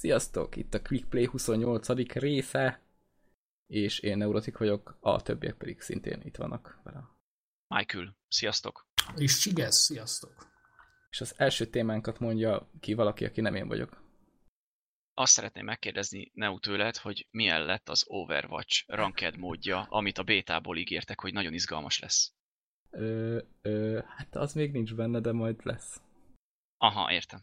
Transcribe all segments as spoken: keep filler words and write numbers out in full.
Sziasztok! Itt a Quick Play huszonnyolcadik része, és én neurotik vagyok, a többiek pedig szintén itt vannak vele. Michael, sziasztok! És Csigesz, sziasztok! És az első témánkat mondja ki valaki, aki nem én vagyok. Azt szeretném megkérdezni Neu tőled, hogy milyen lett az Overwatch ranked módja, amit a bétából ígértek, hogy nagyon izgalmas lesz. Ö, ö, hát az még nincs benne, de majd lesz. Aha, értem.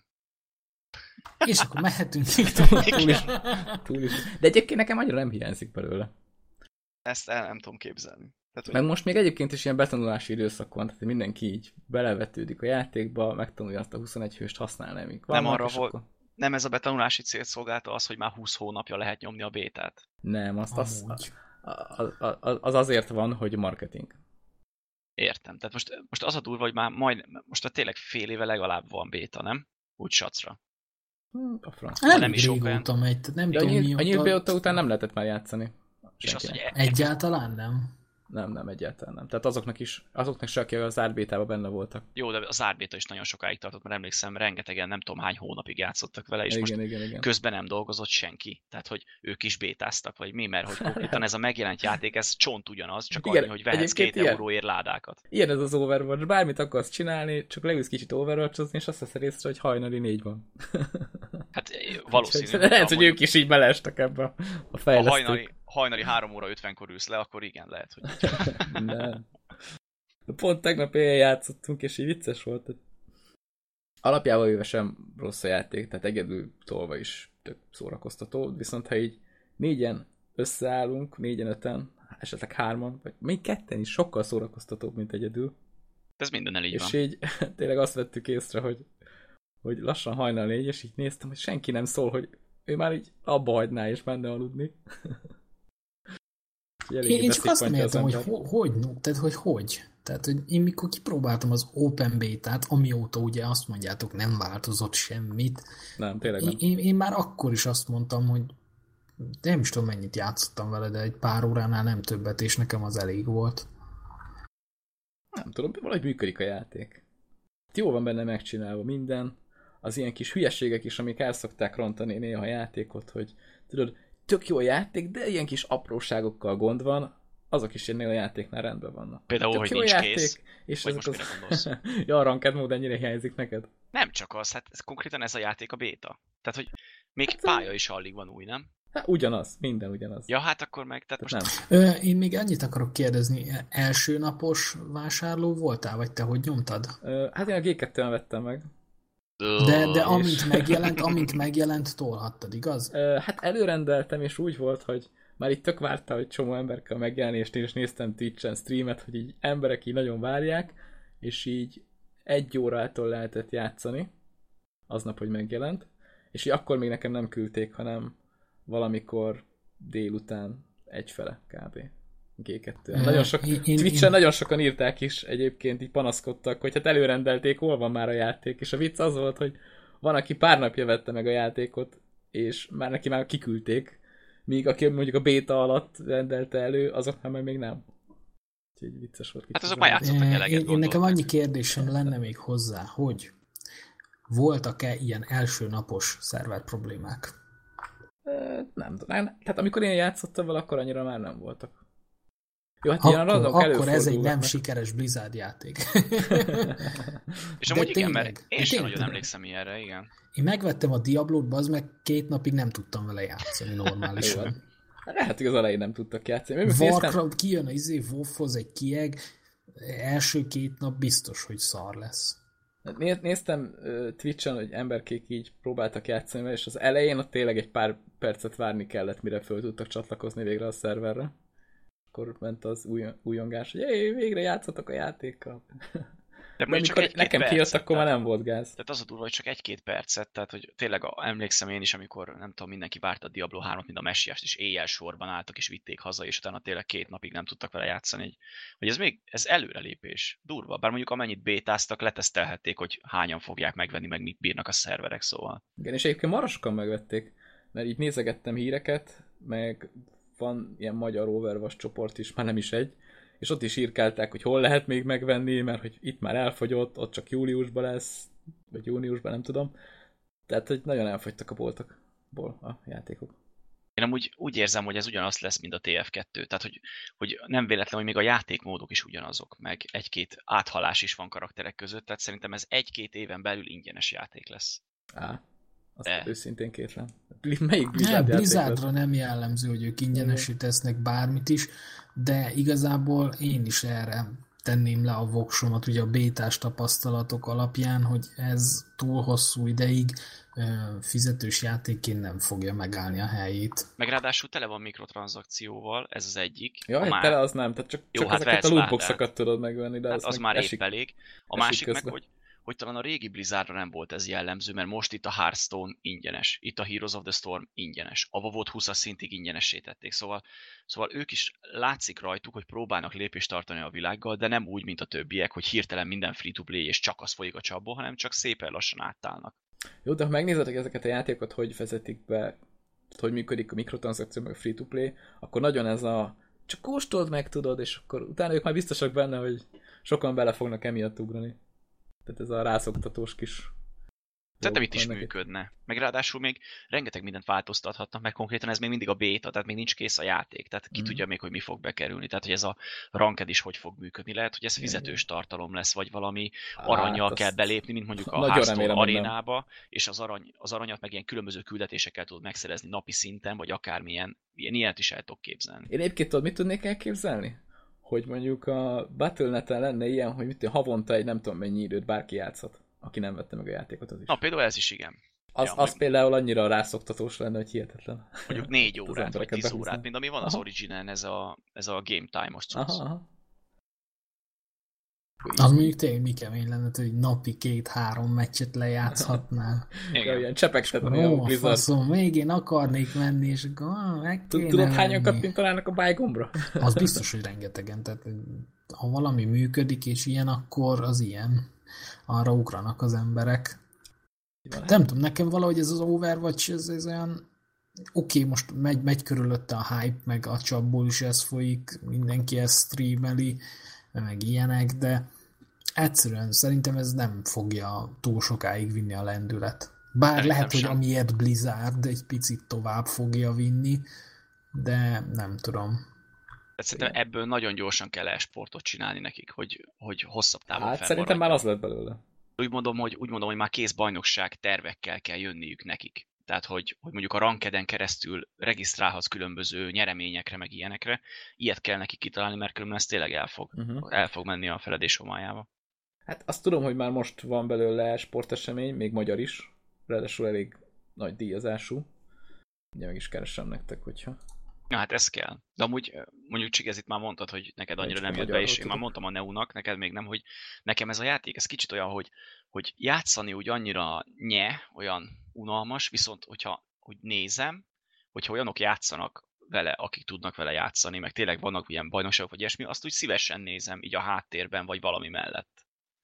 És akkor mehetünk túl, túl, is, túl is. De egyébként nekem annyira nem hiányzik belőle. Ezt el nem tudom képzelni. Tehát, Meg most még egyébként is ilyen betanulási időszak van, tehát mindenki így belevetődik a játékba, megtanulja azt a huszonegy hőst használni, amik vannak. Nem arra volt, akkor... nem ez a betanulási célt szolgálta az, hogy már húsz hónapja lehet nyomni a bétát. Nem, azt az, az, az, az azért van, hogy marketing. Értem. Tehát most, most az a durva, hogy már majd, most a tényleg fél éve legalább van béta, nem? Úgy sacra. A franc. Nem, nem is régóta megy, nem ja, tudom a mióta. nyílt béta után nem lehetett már játszani. És azt, hogy e- Egyáltalán nem. Nem, nem, egyáltalán nem. Tehát azoknak is, azoknak se, akik az átbétában benne voltak. Jó, de az átbéta is nagyon sokáig tartott, mert emlékszem, rengetegen nem tudom hány hónapig játszottak vele, és igen, most igen, igen. közben nem dolgozott senki. Tehát, hogy ők is bétáztak, vagy mi, mert hogy konkrétan ez a megjelent játék, ez csont ugyanaz, csak igen, annyi, hogy vehetsz két ilyen, euróért ládákat. Ilyen ez az Overwatch, bármit akarsz csinálni, csak leülsz kicsit Overwatchozni, és azt veszed észre, hogy hajnali négy van. Hát valószínű. Lehet, hogy ők is így beleestek ebbe a fejlesztők. Ha hajnali, hajnali három óra ötvenkor ülsz le, akkor igen, lehet, hogy... Nem. Pont tegnap éjjel játszottunk, és így vicces volt. Alapjában véve sem rossz a játék, tehát egyedül tolva is tök szórakoztató, viszont ha így négyen összeállunk, négyen, öten, esetleg hárman, vagy még ketten is sokkal szórakoztatóbb, mint egyedül. Ez minden így és van. így tényleg azt vettük észre, hogy, hogy lassan hajnal négy, és így néztem, hogy senki nem szól, hogy ő már így abba hagyná, és menne aludni. Én, én csak azt nem értem, hogy hogy, hogy, tehát, hogy hogy. Tehát, hogy én mikor kipróbáltam az Open Beta-t, amióta ugye azt mondjátok, nem változott semmit. Nem, tényleg nem. Én, én már akkor is azt mondtam, hogy nem is tudom, mennyit játszottam vele, de egy pár óránál nem többet, és nekem az elég volt. Nem tudom, valahogy működik a játék. Jó van benne megcsinálva minden, az ilyen kis hülyeségek is, amik el szokták rontani néha a játékot, hogy tudod, tök jó a játék, de ilyen kis apróságokkal gond van, azok is ennél a játéknál rendben vannak. Például, tök hogy jó nincs játék, kész. és vagy most mire gondolsz? Ja, a ranked mód ennyire hiányzik neked? Nem csak az, hát ez konkrétan ez a játék a béta. Tehát, hogy még hát, pálya is alig van új, nem? Hát ugyanaz, minden ugyanaz. Ja, hát akkor meg, tehát most... Nem. Ö, én még annyit akarok kérdezni, első napos vásárló voltál, vagy te hogy nyomtad? Ö, hát én a gé kettőn vettem meg. De, de amint megjelent, amint megjelent, tolhattad, igaz? Ö, hát előrendeltem, és úgy volt, hogy már itt tök várta, hogy csomó ember kell megjelenni, és én is néztem Twitch-en streamet, hogy így emberek így nagyon várják, és így egy órától lehetett játszani, aznap, hogy megjelent, és így akkor még nekem nem küldték, hanem valamikor délután egyfele kb. gé kettő. Uh, nagyon sok, én, Twitch-en én... nagyon sokan írták is egyébként, így panaszkodtak, hogy hát előrendelték, hol van már a játék, és a vicc az volt, hogy van, aki pár napja vette meg a játékot, és már neki már kiküldték, míg aki mondjuk a béta alatt rendelte elő, azoknál meg még nem. Úgyhogy vicces volt. Hát azok már játszottak eleget, én, én nekem annyi kérdésem lenne még hozzá, hogy voltak-e ilyen első napos szerver problémák? Nem tudom. Tehát amikor én játszottam vele, akkor annyira már nem voltak. Jó, hát akkor, akkor ez egy nem sikeres Blizzard játék. És amúgy igen, mert én sem nagyon emlékszem ilyenre, igen. Én megvettem a Diablót, az meg két napig nem tudtam vele játszani normálisan. Lehet, hogy az elején nem tudtak játszani. Warcraft kijön a izé, WoW-hoz egy kieg, első két nap biztos, hogy szar lesz. Néztem Twitch-en, hogy emberkék így próbáltak játszani, és az elején ott tényleg egy pár percet várni kellett, mire föl tudtak csatlakozni végre a szerverre. Akkor ment az új, újongás, hogy hey, végre játszatok a játékkal. De, De amikor egy nekem kijött, akkor már nem volt gáz. Tehát az a durva, hogy csak egy-két percet, tehát hogy tényleg emlékszem én is, amikor nem tudom, mindenki várta a Diablo hármat, mint a messiást, és éjjel sorban álltak és vitték haza, és utána tényleg két napig nem tudtak vele játszani. Hogy ez még, ez előrelépés. Durva. Bár mondjuk amennyit bétáztak, letesztelhették, hogy hányan fogják megvenni, meg mit bírnak a szerverek, szóval. Igen, és egyébként marha sokan megvették, mert így nézegettem híreket, meg van ilyen magyar Overwatch csoport is, már nem is egy, és ott is írkálták, hogy hol lehet még megvenni, mert hogy itt már elfogyott, ott csak júliusban lesz, vagy júniusban, nem tudom. Tehát, hogy nagyon elfogytak a boltok. ból a játékok. Én amúgy úgy érzem, hogy ez ugyanaz lesz, mint a té ef kettő. Tehát, hogy, hogy nem véletlen, hogy még a játékmódok is ugyanazok, meg egy-két áthalás is van karakterek között, tehát szerintem ez egy-két éven belül ingyenes játék lesz. Á, azt De. őszintén kétlem. Melyik Blizzard nem, Blizzardra nem jellemző, hogy ők ingyenesé tesznek bármit is, de igazából én is erre tenném le a voksomat, ugye a bétás tapasztalatok alapján, hogy ez túl hosszú ideig fizetős játékként nem fogja megállni a helyét. Meg ráadásul tele van mikrotranszakcióval, ez az egyik. Ja, már... tele az nem, tehát csak, Jó, csak hát ezeket a lootboxokat tudod megvenni, de hát az, az már esik, épp elég. A másik közben. meg, hogy, hogy talán a régi Blizzardra nem volt ez jellemző, mert most itt a Hearthstone ingyenes, itt a Heroes of the Storm ingyenes, a WoW-ot húszas szintig ingyenessé tették, szóval, szóval ők is látszik rajtuk, hogy próbálnak lépést tartani a világgal, de nem úgy, mint a többiek, hogy hirtelen minden free-to-play és csak az folyik a csapból, hanem csak szépen lassan átállnak. Jó, de ha megnézed ezeket a játékokat, hogy vezetik be, hogy működik a mikrotranszakció, meg a free-to-play, akkor nagyon ez a csak kóstold meg, tudod, és akkor utána ők már biztosak benne, hogy sokan bele fognak emiatt ugrani. Tehát ez a rászoktatós kis... Szerintem itt is működne. Meg ráadásul még rengeteg mindent változtathatnak, meg konkrétan ez még mindig a béta, tehát még nincs kész a játék, tehát ki mm. tudja még, hogy mi fog bekerülni. Tehát, hogy ez a ranked is hogy fog működni. Lehet, hogy ez fizetős tartalom lesz, vagy valami aranyjal hát, kell belépni, mint mondjuk a Hearthstone arénába, és az, arany, az aranyat meg ilyen különböző küldetésekkel tudod megszerezni napi szinten, vagy akármilyen, ilyen ilyet is el tudok képzelni. Én egyébként tudod, mit tudnék elképzelni? Hogy mondjuk a Battle dot net-en lenne ilyen, hogy mit havonta egy nem tudom mennyi időt bárki játszhat, aki nem vette meg a játékot, az is. Na, például ez is igen. Az, ja, az meg... például annyira rászoktatós lenne, hogy hihetetlen. Mondjuk négy órát, vagy tíz órát, mint ami van aha. az Originen, ez a, ez a Game Time-os cucc. Aha, aha. Az mondjuk tényleg mi kemény lenne, hogy napi két-három meccset lejátszhatnál. Igen, ilyen csepegtetni a Blizzard. Faszom, még én akarnék menni, és akkor meg kéne Tudod, hányan kattintálnak a bájgombra? Az biztos, hogy rengetegen. Tehát, ha valami működik, és ilyen, akkor az ilyen. Arra ugranak az emberek. Nem tudom, nekem valahogy ez az Overwatch, ez, ez olyan oké, okay, most megy, megy körülötte a hype, meg a csapból is ez folyik, mindenki ezt streameli, meg ilyenek, de egyszerűen szerintem ez nem fogja túl sokáig vinni a lendület. Bár nem, lehet, nem hogy sem. Amiért Blizzard egy picit tovább fogja vinni, de nem tudom. Szerintem ebből nagyon gyorsan kell e-sportot csinálni nekik, hogy, hogy hosszabb távon hát szerintem már az lett belőle. Úgy mondom, hogy, úgy mondom, hogy már kész bajnokság tervekkel kell jönniük nekik. Tehát, hogy, hogy mondjuk a rankeden keresztül regisztrálhatsz különböző nyereményekre, meg ilyenekre. Ilyet kell nekik kitalálni, mert különben ez tényleg el fog, uh-huh. el fog menni a feledés homályába. Hát azt tudom, hogy már most van belőle sportesemény, még magyar is. Ráadásul elég nagy díjazású. Ugye meg is keresem nektek, hogyha... Na hát ez kell. De amúgy mondjuk Csigez itt már mondtad, hogy neked annyira nem jött be, és én már mondtam a Neunak, neked még nem, hogy nekem ez a játék, ez kicsit olyan, hogy, hogy játszani úgy annyira nye, olyan unalmas, viszont hogyha hogy nézem, hogyha olyanok játszanak vele, akik tudnak vele játszani, meg tényleg vannak ilyen bajnokságok, vagy ilyesmi, azt úgy szívesen nézem, így a háttérben, vagy valami mellett.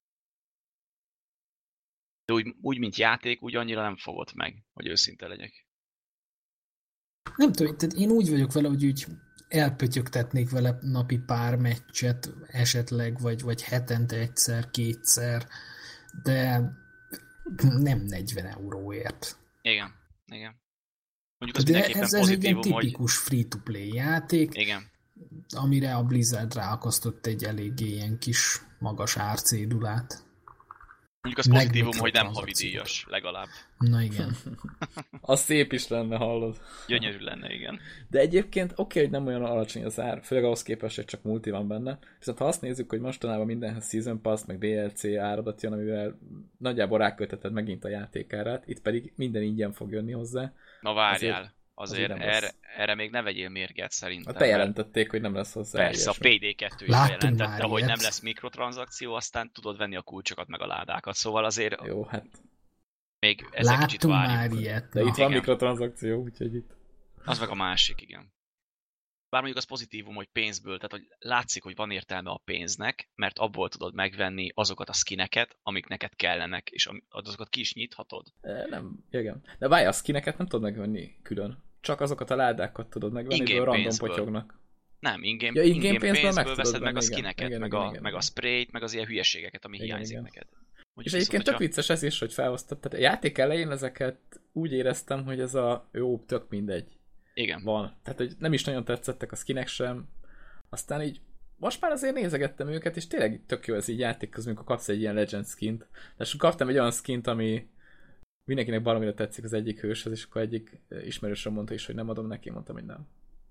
De úgy, úgy mint játék, úgy annyira nem fogott meg, hogy őszinte legyek. Nem tudom, tehát én úgy vagyok vele, hogy úgy elpötyögtetnék vele napi pár meccset esetleg, vagy, vagy hetente egyszer, kétszer, de nem negyven euróért. Igen, igen. Mondjuk az de ez, ez egy ilyen tipikus hogy... free-to-play játék, igen. Amire a Blizzard ráakasztott egy eléggé ilyen kis magas árcédulát. Mondjuk az pozitívum, hogy nem havidíjas, legalább. Na igen. Az szép is lenne, hallod. Gyönyörű lenne, igen. De egyébként oké, okay, hogy nem olyan alacsony az ár, főleg ahhoz képest, hogy csak multi van benne. Viszont ha azt nézzük, hogy mostanában mindenhez Season Pass, meg dé el cé áradat jön, amivel nagyjából rákölteted megint a játékárát, itt pedig minden ingyen fog jönni hozzá. Na várjál. Azért... Azért az erre, erre még ne vegyél mérget szerintem. Hát bejelentették, hogy nem lesz hozzá. Persze, a pé dé kettő is bejelentette, hogy nem lesz mikrotranszakció, aztán tudod venni a kulcsokat meg a ládákat. Szóval azért jó, hát még ezzel kicsit várjuk. Ilyet, de itt van mikrotranszakció, úgyhogy itt. Az meg a másik, igen. Bár mondjuk az pozitívum, hogy pénzből, tehát hogy látszik, hogy van értelme a pénznek, mert abból tudod megvenni azokat a skineket, amik neked kellenek, és azokat ki is nyithatod. E, nem, igen. De várj, a skineket nem tudod megvenni külön. Csak azokat a ládákat tudod megvenni, hogy random pénzből. Potyognak. Nem, ingame, ja, ingame, ingame pénzből, pénzből meg veszed meg venni, a skineket, igen, meg, igen, a, igen, meg a sprayt, meg az ilyen hülyeségeket, ami igen, hiányzik igen. neked. Úgy és egyébként tök vicces ez is, hogy felhoztad. Tehát a játék elején ezeket úgy éreztem, hogy ez a jó, tök mindegy. Igen. Van. Tehát, hogy nem is nagyon tetszettek a skinek sem. Aztán így most már azért nézegettem őket, és tényleg tök jó ez így játék közben, amikor kapsz egy ilyen Legend skint. De kaptam egy olyan skint, ami mindenkinek baromira tetszik az egyik hőshez, és akkor egyik ismerősöm mondta is, hogy nem adom neki, mondtam, hogy nem.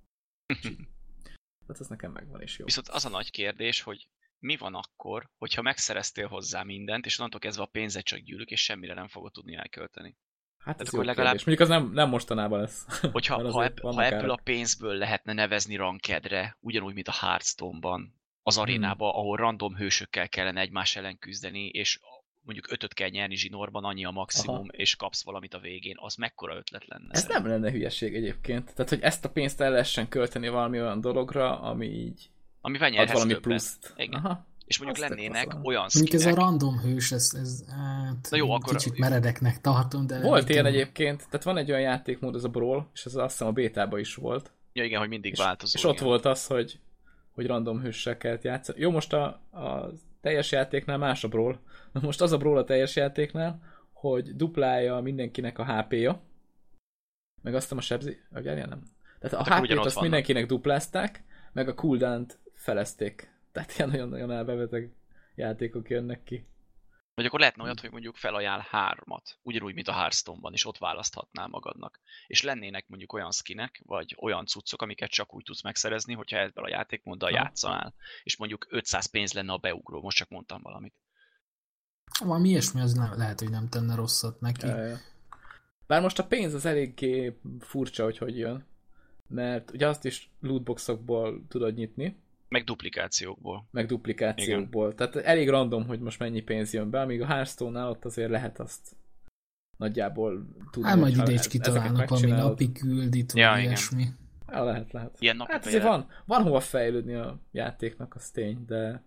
Tehát ez nekem megvan is jó. Viszont az a nagy kérdés, hogy mi van akkor, hogyha megszereztél hozzá mindent, és onnantól kezdve a pénzed csak gyűlük, és semmire nem fogod tudni elkölteni. Hát ez jó legalább... kérdés. Mondjuk az nem, nem mostanában lesz. Hogyha ha, ebb, ha ebből a pénzből lehetne nevezni rankedre, ugyanúgy, mint a Hearthstone-ban, az arénában, hmm. ahol random hősökkel kellene egymás ellen küzdeni, és mondjuk ötöt kell nyerni zsinórban, annyi a maximum, aha. és kapsz valamit a végén, az mekkora ötlet lenne? Ez szerintem. Nem lenne hülyeség egyébként. Tehát, hogy ezt a pénzt el lehessen költeni valami olyan dologra, ami így Amivel ad valami pluszt. Igen. Aha. És mondjuk azt lennének olyan skinek. Mondjuk ez a random hős, ez, ez hát, jó, akkor kicsit meredeknek tartom, de... Volt ilyen egyébként, tehát van egy olyan játékmód, az a Brawl, és ez azt hiszem a bétában is volt. Ja igen, hogy mindig és, változó. És ott volt az, hogy, hogy random hőssel kellett játszani. Jó, most a, a teljes játéknál más a Brawl. Most az a Brawl a teljes játéknál, hogy duplálja mindenkinek a há pé-ja, meg azt a sebzi... Várjál, nem. Tehát a há pét azt mindenkinek duplázták, meg a cooldownt felezték. Tehát ilyen nagyon-nagyon elbebeteg játékok jönnek ki. Vagy akkor lehetne olyat, hogy mondjuk felajánl hármat, ugyanúgy, mint a Hearthstone-ban, és ott választhatnál magadnak. És lennének mondjuk olyan skinek, vagy olyan cuccok, amiket csak úgy tudsz megszerezni, hogyha ebből a játékmóddal játszanál. És mondjuk ötszáz pénz lenne a beugró, most csak mondtam valamit. Valami ilyesmi, az nem, lehet, hogy nem tenne rosszat neki. Ja, ja. Bár most a pénz az eléggé furcsa, hogy hogy jön. Mert ugye azt is lootboxokból tudod nyitni. Meg duplikációkból. Meg duplikációkból. Igen. Tehát elég random, hogy most mennyi pénz jön be, amíg a Hearthstone-nál ott azért lehet azt nagyjából tudni. Hát majd ide is kitalálnak valami napi küldit, vagy ja, ilyesmi. Ja, lehet, lehet. Ilyen napi hát azért van, van hova fejlődni a játéknak, az tény, de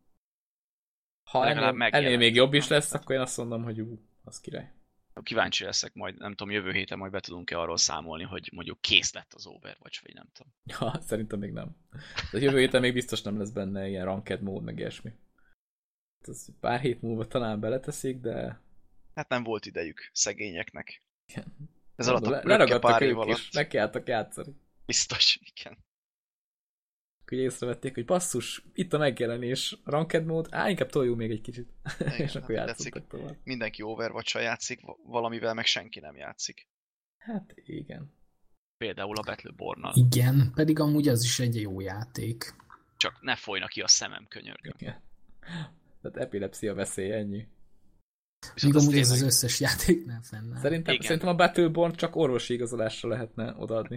ha ennél, ennél még jobb is lesz, akkor én azt mondom, hogy ú, az király. Kíváncsi leszek majd, nem tudom, jövő héten majd be tudunk-e arról számolni, hogy mondjuk kész lett az Overwatch, vagy nem tudom. Ja, szerintem még nem. De jövő héten még biztos nem lesz benne ilyen ranked mód, meg ilyesmi. Ez pár hét múlva talán beleteszik, de... Hát nem volt idejük szegényeknek. Igen. Ez alatt a leragadtak ők alatt. Is, nekiálltak játszani. Biztos, igen. Hogy észrevették, hogy basszus, itt a megjelenés, ranked mód, á, inkább toljuk még egy kicsit. Igen, és akkor játszottak tovább. Mindenki Overwatch-sal játszik, valamivel meg senki nem játszik. Hát igen. Például a Battleborn-nal. Igen, pedig amúgy az is egy jó játék. Csak ne folyna ki a szemem, könyörgöm. Igen. Tehát epilepszia veszély, ennyi. Még amúgy ez az összes játék nem fennáll. Szerintem, szerintem a Battleborn csak orvosi igazolásra lehetne odaadni.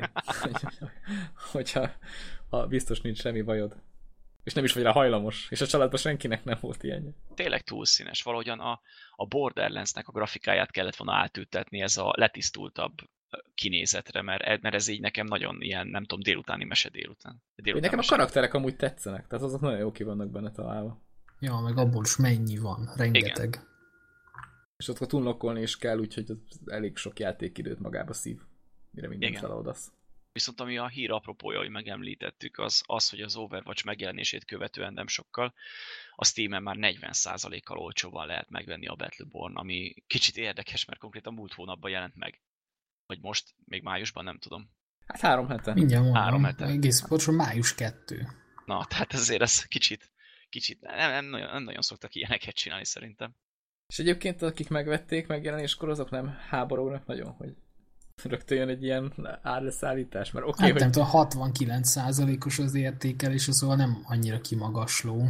Hogyha ha biztos nincs semmi bajod. És nem is vagy rá hajlamos. És a családban senkinek nem volt ilyenje. Tényleg túlszínes. Valahogyan a, a Borderlands-nek a grafikáját kellett volna átültetni ez a letisztultabb kinézetre, mert, mert ez így nekem nagyon ilyen, nem tudom, délutáni mese délután. délután nekem mese. A karakterek amúgy tetszenek, tehát azok nagyon jó ki vannak benne találva. Ja, meg abból is mennyi van, rengeteg. Igen. És ott tunlokkolni is kell, úgyhogy elég sok játékidőt magába szív, mire mindent feloldasz. Viszont ami a hír apropója, hogy megemlítettük, az az, hogy az Overwatch megjelenését követően nem sokkal, a Steamen már negyven százalékkal olcsóban lehet megvenni a Battleborn, ami kicsit érdekes, mert konkrétan múlt hónapban jelent meg. Vagy most, még májusban, nem tudom. Hát három hete. Mindjárt mondom, három hete. Egész pontosan május kettő. Na, tehát ezért ez kicsit, kicsit nem, nem, nagyon, nem nagyon szoktak ilyeneket csinálni szerintem. És egyébként akik megvették megjelenéskor, azok nem háborognak nagyon, hogy rögtön jön egy ilyen árleszállítás, mert oké, okay, hát hogy... nem, a hatvankilenc százalékos az értékelés, szóval nem annyira kimagasló.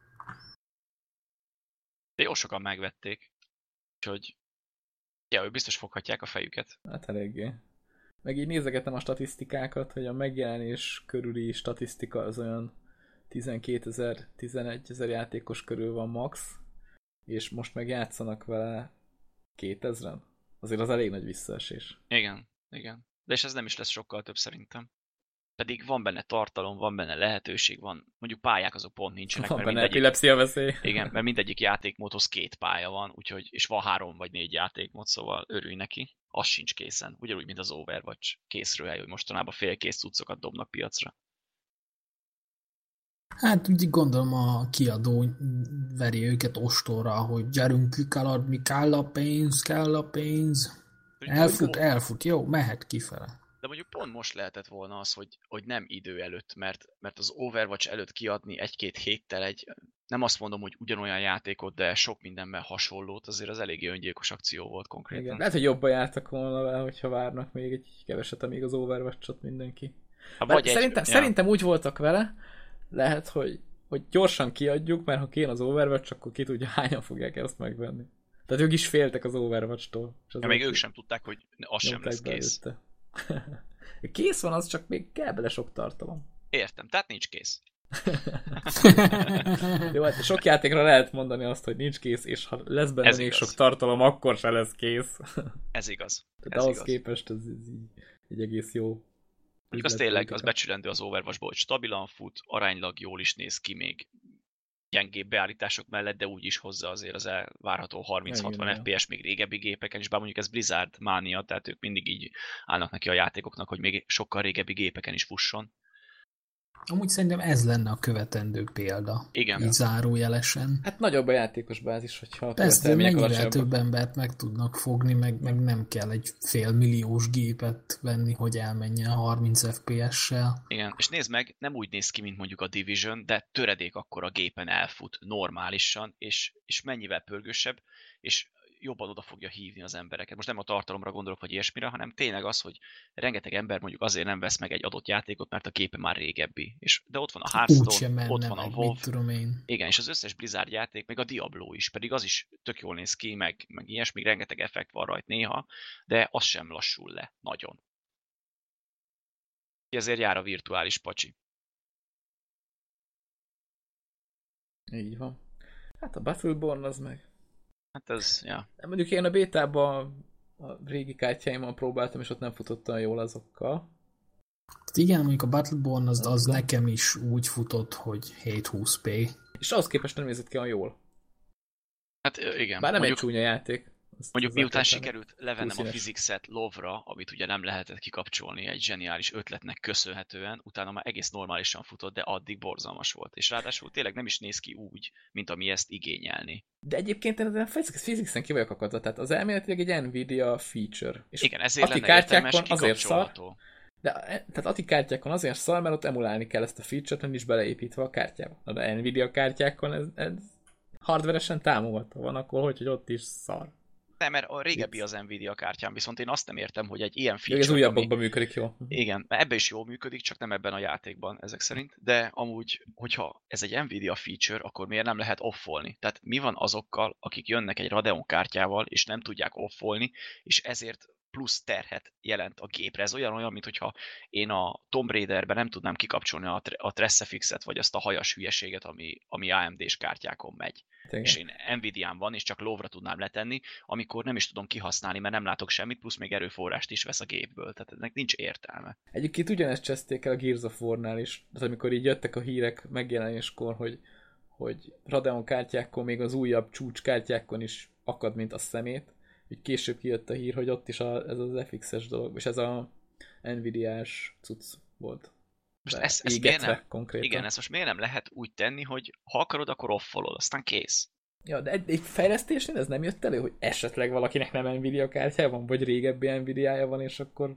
De jó sokan megvették, úgyhogy ja, ők biztos foghatják a fejüket. Hát eléggé. Meg így nézegetem a statisztikákat, hogy a megjelenés körüli statisztika az olyan tizenkétezer, tizenegyezer játékos körül van max, és most meg játszanak vele kétezren. Azért az elég nagy visszaesés. Igen, igen. De és ez nem is lesz sokkal több szerintem. Pedig van benne tartalom, van benne lehetőség, van, mondjuk pályák azok pont nincsenek. Van benne epilepszia veszély. Igen, mert mindegyik játékmódhoz két pálya van, úgyhogy, és van három vagy négy játékmód, szóval örülj neki. Az sincs készen. Ugyanúgy, mint az Overwatch készről hely, hogy mostanában félkész cuccokat dobnak piacra. Hát úgy gondolom a kiadó veri őket ostorra, hogy gyerünk, ki kell adni, kell a pénz, kell a pénz. Elfut, elfut, jó, mehet kifele. De mondjuk pont most lehetett volna az, hogy, hogy nem idő előtt, mert, mert az Overwatch előtt kiadni egy-két héttel egy, nem azt mondom, hogy ugyanolyan játékot, de sok mindenben hasonlót, azért az eléggé öngyilkos akció volt konkrétan. Igen, lehet, hogy jobban jártak volna vele, hogyha várnak még egy keveset, amíg az Overwatch-ot mindenki. Vagy szerintem, egy, szerintem ja. úgy voltak vele, lehet, hogy, hogy gyorsan kiadjuk, mert ha kijön az Overwatch, akkor ki tudja, hányan fogják ezt megvenni. Tehát ők is féltek az Overwatch-tól. Ja, még ők sem tudták, hogy az sem lesz kész. Kész van, az csak még kell bele sok tartalom. Értem, tehát nincs kész. Jó, hát sok játékra lehet mondani azt, hogy nincs kész, és ha lesz benne ez még igaz. Sok tartalom, akkor se lesz kész. Ez igaz. Tehát ez ahhoz igaz. Képest ez, ez így, egy egész jó. Mondjuk az tényleg, az becsülendő az Overwatchból, hogy stabilan fut, aránylag jól is néz ki még gyengébb beállítások mellett, de úgy is hozza azért az elvárható harminc-hatvan ef pé es még régebbi gépeken, és bár mondjuk ez Blizzard mánia, tehát ők mindig így állnak neki a játékoknak, hogy még sokkal régebbi gépeken is fusson. Amúgy szerintem ez lenne a követendő példa. Igen. Így zárójelesen. Hát nagyobb a játékos bázis, hogyha... Persze, mennyire több embert meg tudnak fogni, meg, meg nem kell egy félmilliós gépet venni, hogy elmenjen harminc ef pé es-sel. Igen, és nézd meg, nem úgy néz ki, mint mondjuk a Division, de töredék akkor a gépen elfut normálisan, és, és mennyivel pörgősebb, és jobban oda fogja hívni az embereket. Most nem a tartalomra gondolok, vagy ilyesmire, hanem tényleg az, hogy rengeteg ember mondjuk azért nem vesz meg egy adott játékot, mert a képe már régebbi. És, de ott van a Hearthstone, ott van a WoW. Igen, és az összes Blizzard játék, meg a Diablo is, pedig az is tök jól néz ki, meg, meg ilyesmi, rengeteg effekt van rajta néha, de az sem lassul le, nagyon. Ezért jár a virtuális pacsi. Így van. Hát a Battleborn az meg. Hát ez, ja. Mondjuk én a bétában a régi kártyáimmal próbáltam, és ott nem futott olyan jól azokkal. Igen, mondjuk a Battleborn az, az nekem is úgy futott, hogy hétszázhúsz pé. És ahhoz képest nem nézett ki olyan jól. Hát igen. Bár nem mondjuk, egy csúnya játék. Azt mondjuk miután sikerült levennem a Physics-et lovra, amit ugye nem lehetett kikapcsolni egy zseniális ötletnek köszönhetően, utána már egész normálisan futott, de addig borzalmas volt. És ráadásul tényleg nem is néz ki úgy, mint ami ezt igényelni. De egyébként én a Physics-en ki vagyok akadva, tehát az elméletileg egy Nvidia feature. És igen, ezért lenne értelmes kikapcsolható. De tehát ATI kártyákon azért szar, mert ott emulálni kell ezt a feature-t, nem is beleépítve a kártyába. Na, de Nvidia kártyákon ez, ez hardveresen támogatva van, akkor hogy, hogy ott is szar. Nem, mert a régebbi az Nvidia kártyám, viszont én azt nem értem, hogy egy ilyen feature... Ez újabbakban ami... működik jól. Igen, ebben is jól működik, csak nem ebben a játékban ezek szerint, de amúgy, hogyha ez egy Nvidia feature, akkor miért nem lehet offolni? Tehát mi van azokkal, akik jönnek egy Radeon kártyával, és nem tudják offolni, és ezért plusz terhet jelent a gépre. Ez olyan-olyan, mint hogyha én a Tomb Raiderben nem tudnám kikapcsolni a, a Tressefixet, vagy azt a hajas hülyeséget, ami, ami á em dés kártyákon megy. Igen. És én Nvidián van, és csak lóvra tudnám letenni, amikor nem is tudom kihasználni, mert nem látok semmit, plusz még erőforrást is vesz a gépből. Tehát ennek nincs értelme. Egyébként ugyanezt cseszték el a Gears of War-nál is. Tehát amikor így jöttek a hírek megjelenéskor, hogy, hogy Radeon kártyákon, még az újabb csúcs kártyákon is akad, mint a szemét. Úgy később kijött a hír, hogy ott is a, ez az ef iksz-es dolog, és ez a Nvidia-s cucc volt. Most ez, ez miért nem, konkrétan. Igen, ezt most miért nem lehet úgy tenni, hogy ha akarod, akkor offolod, aztán kész. Ja, de egy, egy fejlesztésnél ez nem jött elő, hogy esetleg valakinek nem Nvidia kártyája van, vagy régebbi Nvidia-ja van, és akkor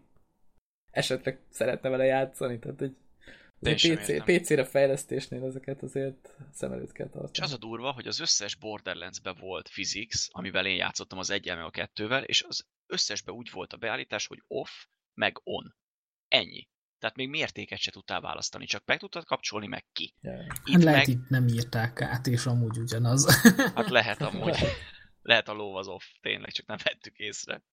esetleg szeretne vele játszani, tehát egy pé cé, pé cére fejlesztésnél ezeket azért szem előtt kell tartani. És az a durva, hogy az összes Borderlands-be volt Physics, amivel én játszottam az egyel meg a kettővel, és az összesbe úgy volt a beállítás, hogy off, meg on. Ennyi. Tehát még mértéket se tudtál választani, csak meg tudtad kapcsolni, meg ki. Yeah. Itt lehet, meg... itt nem írták át, és amúgy ugyanaz. Hát lehet amúgy. Lehet a ló az off, tényleg, csak nem vettük észre.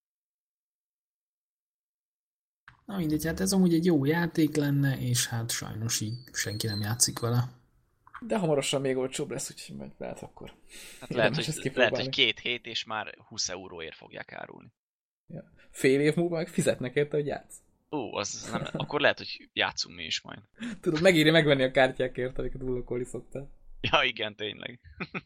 Na mindegy, hát ez amúgy egy jó játék lenne, és hát sajnos így senki nem játszik vele. De hamarosan még olcsóbb lesz, úgyhogy majd lehet akkor. Hát lehet, hogy, lehet, hogy két hét, és már húsz euróért fogják árulni. Ja. Fél év múlva meg fizetnek érte, hogy játsz. Ó, az nem, akkor lehet, hogy játszunk mi is majd. Tudod, megéri megvenni a kártyákért, amiket ullokolni szoktál. Ja, igen, tényleg.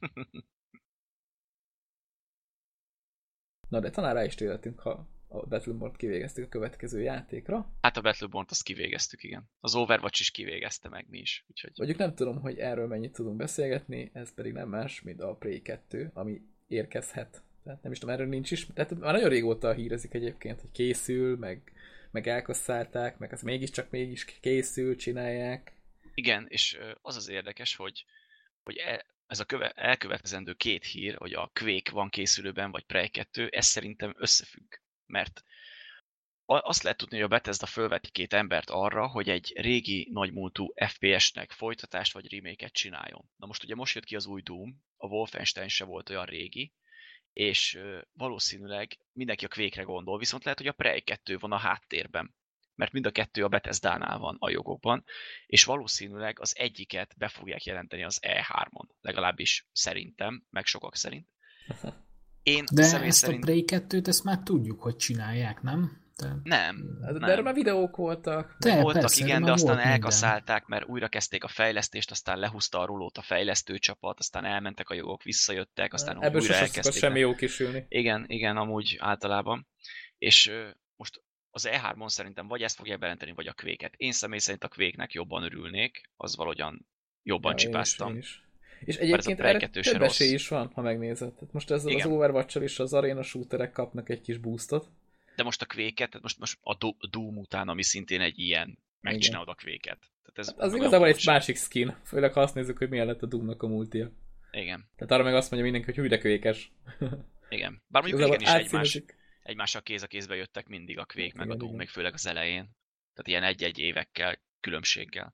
Na, de talán rá is térhetünk, ha a Battleborn-t kivégeztük a következő játékra. Hát a Battleborn-t azt kivégeztük, igen. Az Overwatch is kivégezte meg mi is. Úgyhogy... Mondjuk nem tudom, hogy erről mennyit tudunk beszélgetni, ez pedig nem más, mint a Prey kettő, ami érkezhet. Tehát nem is tudom, erről nincs is. Tehát már nagyon régóta hírezik egyébként, hogy készül, meg, meg elkasszálták, meg az mégiscsak mégis készül, csinálják. Igen, és az az érdekes, hogy, hogy ez a köve, elkövetkezendő két hír, hogy a Quake van készülőben, vagy Prey kettő, ez szerintem összefügg. Mert azt lehet tudni, hogy a Bethesda fölveti két embert arra, hogy egy régi nagymúltú ef pé es-nek folytatást vagy remake-et csináljon. Na most ugye most jött ki az új Doom, a Wolfenstein se volt olyan régi, és valószínűleg mindenki a Quake-re gondol, viszont lehet, hogy a Prey kettő van a háttérben. Mert mind a kettő a Bethesdánál van a jogokban, és valószínűleg az egyiket be fogják jelenteni az E hármon, legalábbis szerintem, meg sokak szerint. Én De ezt szerint... a Prey kettőt, ezt már tudjuk, hogy csinálják, nem? De... Nem, de nem. erről már videók voltak. De, voltak, persze, igen, de aztán elkaszálták, mert újra kezdték a fejlesztést, aztán lehúzta a rulót a fejlesztőcsapat, aztán elmentek a jogok, visszajöttek, aztán ebből újra elkezdték. Semmi jó kisülni. Igen, igen, amúgy általában. És uh, most az E hármon szerintem vagy ezt fogják bejelenteni, vagy a Quake-et. Én személy szerint a Quake-nek jobban örülnék, az valahogyan jobban ja, csipáztam. Én is, én is. És egyébként erre több esély is van, ha megnézed. Tehát most ez az Overwatch-sal is az arena shooterek kapnak egy kis boostot. De most a Quake-et, tehát most, most a Doom után, ami szintén egy ilyen, megcsinálod a Quake-et. Tehát ez hát az igazából egy másik skin, főleg ha azt nézzük, hogy milyen lett a Doomnak a multia. Igen. Tehát arra meg azt mondja mindenki, hogy hűde Quake-es. Igen. Bár mondjuk igen is egymás, egymással kéz a kézbe jöttek mindig a Quake igen, meg a Doom, igen. Még főleg az elején. Tehát ilyen egy-egy évekkel, különbséggel.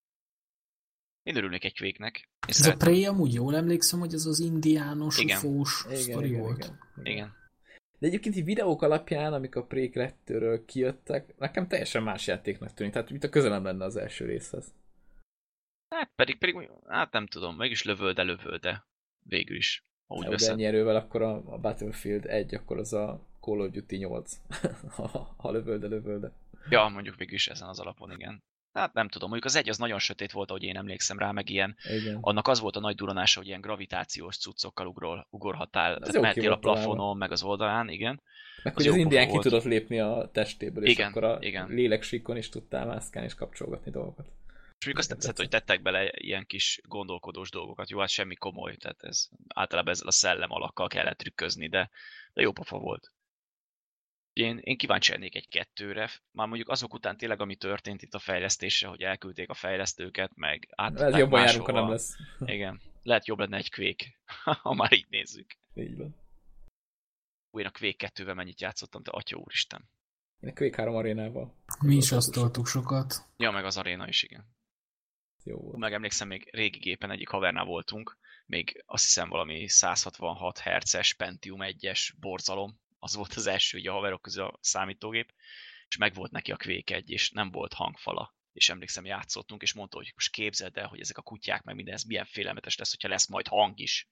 Én örülnék egy Quake-nek. Ez szeretem. A Prey amúgy jól emlékszem, hogy ez az indiános, ufós sztori volt. Igen. igen. igen. De egyébként így videók alapján, amik a Prey kettőről kijöttek, nekem teljesen más játéknak tűnik. Tehát mint a közelem lenne az első részhez. Hát pedig, pedig hát nem tudom, mégis lövölde, lövölde. Végül is. Úgy de ennyi erővel akkor a, a Battlefield egy, akkor az a Call of Duty nyolc. ha lövölde, lövölde. Ja, mondjuk végül is ezen az alapon, igen. Hát nem tudom, mondjuk az egy az nagyon sötét volt, ahogy én emlékszem rá, meg ilyen, igen. Annak az volt a nagy duranása, hogy ilyen gravitációs cuccokkal ugról, ugorhattál, tehát mentél a plafonon, találva. Meg az oldalán, igen. Meg az hogy az indián ki tudott lépni a testéből, és igen, akkor a igen. léleksíkon is tudtál mászkálni és kapcsolgatni dolgokat. És mondjuk azt tetszett, hogy tettek bele ilyen kis gondolkodós dolgokat. Jó, hát semmi komoly, tehát ez általában ezzel a szellem alakkal kellett trükközni, de, de jó pofa volt. Én, én kíváncsi lennék egy kettőre, már mondjuk azok után tényleg, ami történt itt a fejlesztésre, hogy elküldték a fejlesztőket, meg átadták ez jobban járunk, ha nem lesz. Igen, lehet jobb lenne egy Quake, ha már így nézzük. Így van. Én a Quake kettővel mennyit játszottam, te atya úristen. Én a Quake három arénával. Mi is azt toltuk sokat. Ja, meg az aréna is, igen. Jó volt. Meg emlékszem, még régi gépen egyik havernál voltunk, még azt hiszem valami száz hatvanhat hertzes Pentium egyes borzalom, az volt az első ugye a haverok közül a számítógép, és meg volt neki a Quake egy, és nem volt hangfala. És emlékszem, játszottunk, és mondta, hogy most képzeld el, hogy ezek a kutyák, meg minden, ez milyen félelmetes lesz, hogyha lesz majd hang is.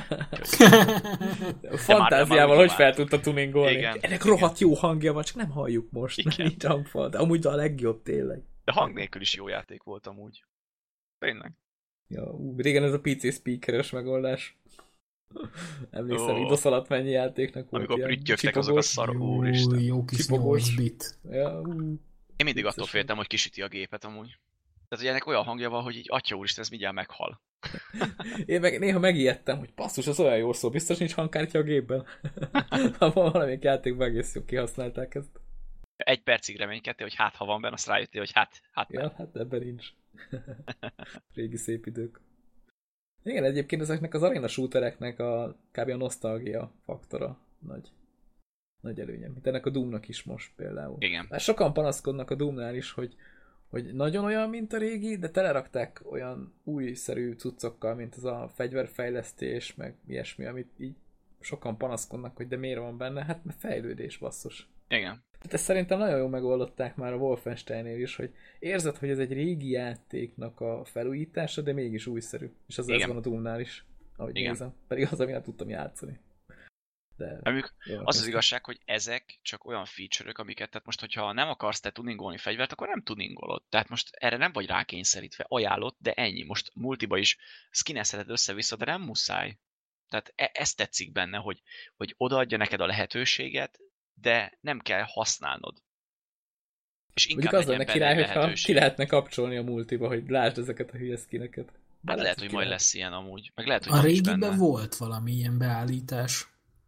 Fantáziával hogy fel tudta tuningolni. Igen, ennek rohadt jó hangja van, csak nem halljuk most. Igen. Nincs hangfal, de amúgy a legjobb tényleg. De hang nélkül is jó játék volt amúgy. Tényleg. Ja, ú, régen ez a pé cé speakeres megoldás. Emlékszem, oh. idosz alatt mennyi játéknak volt. Amikor prüttyögtek azok a szar, úristen. Jó kis nyolc bit. Ja, ú. Én mindig attól féltem, hogy kisüti a gépet amúgy. Tehát, hogy ennek olyan hangja van, hogy így atya úristen, ez mindjárt meghal. Én meg néha megijedtem, hogy basszus, az olyan jól szól, biztos nincs hangkártya a gépben. Ha valamelyik játékban egész jól kihasználták ezt. Egy percig reménykedtél, hogy hát ha van benne, azt rájöttél, hogy hát, hát nem. Ja, hát ebben nincs. Régi szép idők. Igen, egyébként ezeknek az arena shootereknek a kb. A nosztalgia faktora nagy, nagy előnye. Mint ennek a Doomnak is most például. Igen. Már sokan panaszkodnak a Doomnál is, hogy, hogy nagyon olyan, mint a régi, de telerakták olyan újszerű cuccokkal, mint az a fegyverfejlesztés, meg ilyesmi, amit így sokan panaszkodnak, hogy de miért van benne? Hát mert fejlődés, basszus. Igen. Tehát ezt szerintem nagyon jól megoldották már a Wolfensteinnél is, hogy érzed, hogy ez egy régi játéknak a felújítása, de mégis újszerű. És az ez van a Doomnál is, ahogy igen. Nézem. Pedig az, ami nem tudtam játszani. De Amik, az az igazság, hogy ezek csak olyan feature-ök, amiket, tehát most, hogyha nem akarsz te tuningolni fegyvert, akkor nem tuningolod. Tehát most erre nem vagy rákényszerítve, ajánlott, de ennyi. Most multiba is skinezheted össze-vissza, de nem muszáj. Tehát e- ez tetszik benne, hogy, hogy odaadja neked a lehetőséget, de nem kell használnod. És inkább az lenne király, hogyha ki lehetne kapcsolni a multiba, hogy lásd ezeket a hülye skineket. Hát lehet, lehet hogy majd lesz ilyen amúgy. Meg lehet, hogy a régiben volt valami ilyen beállítás.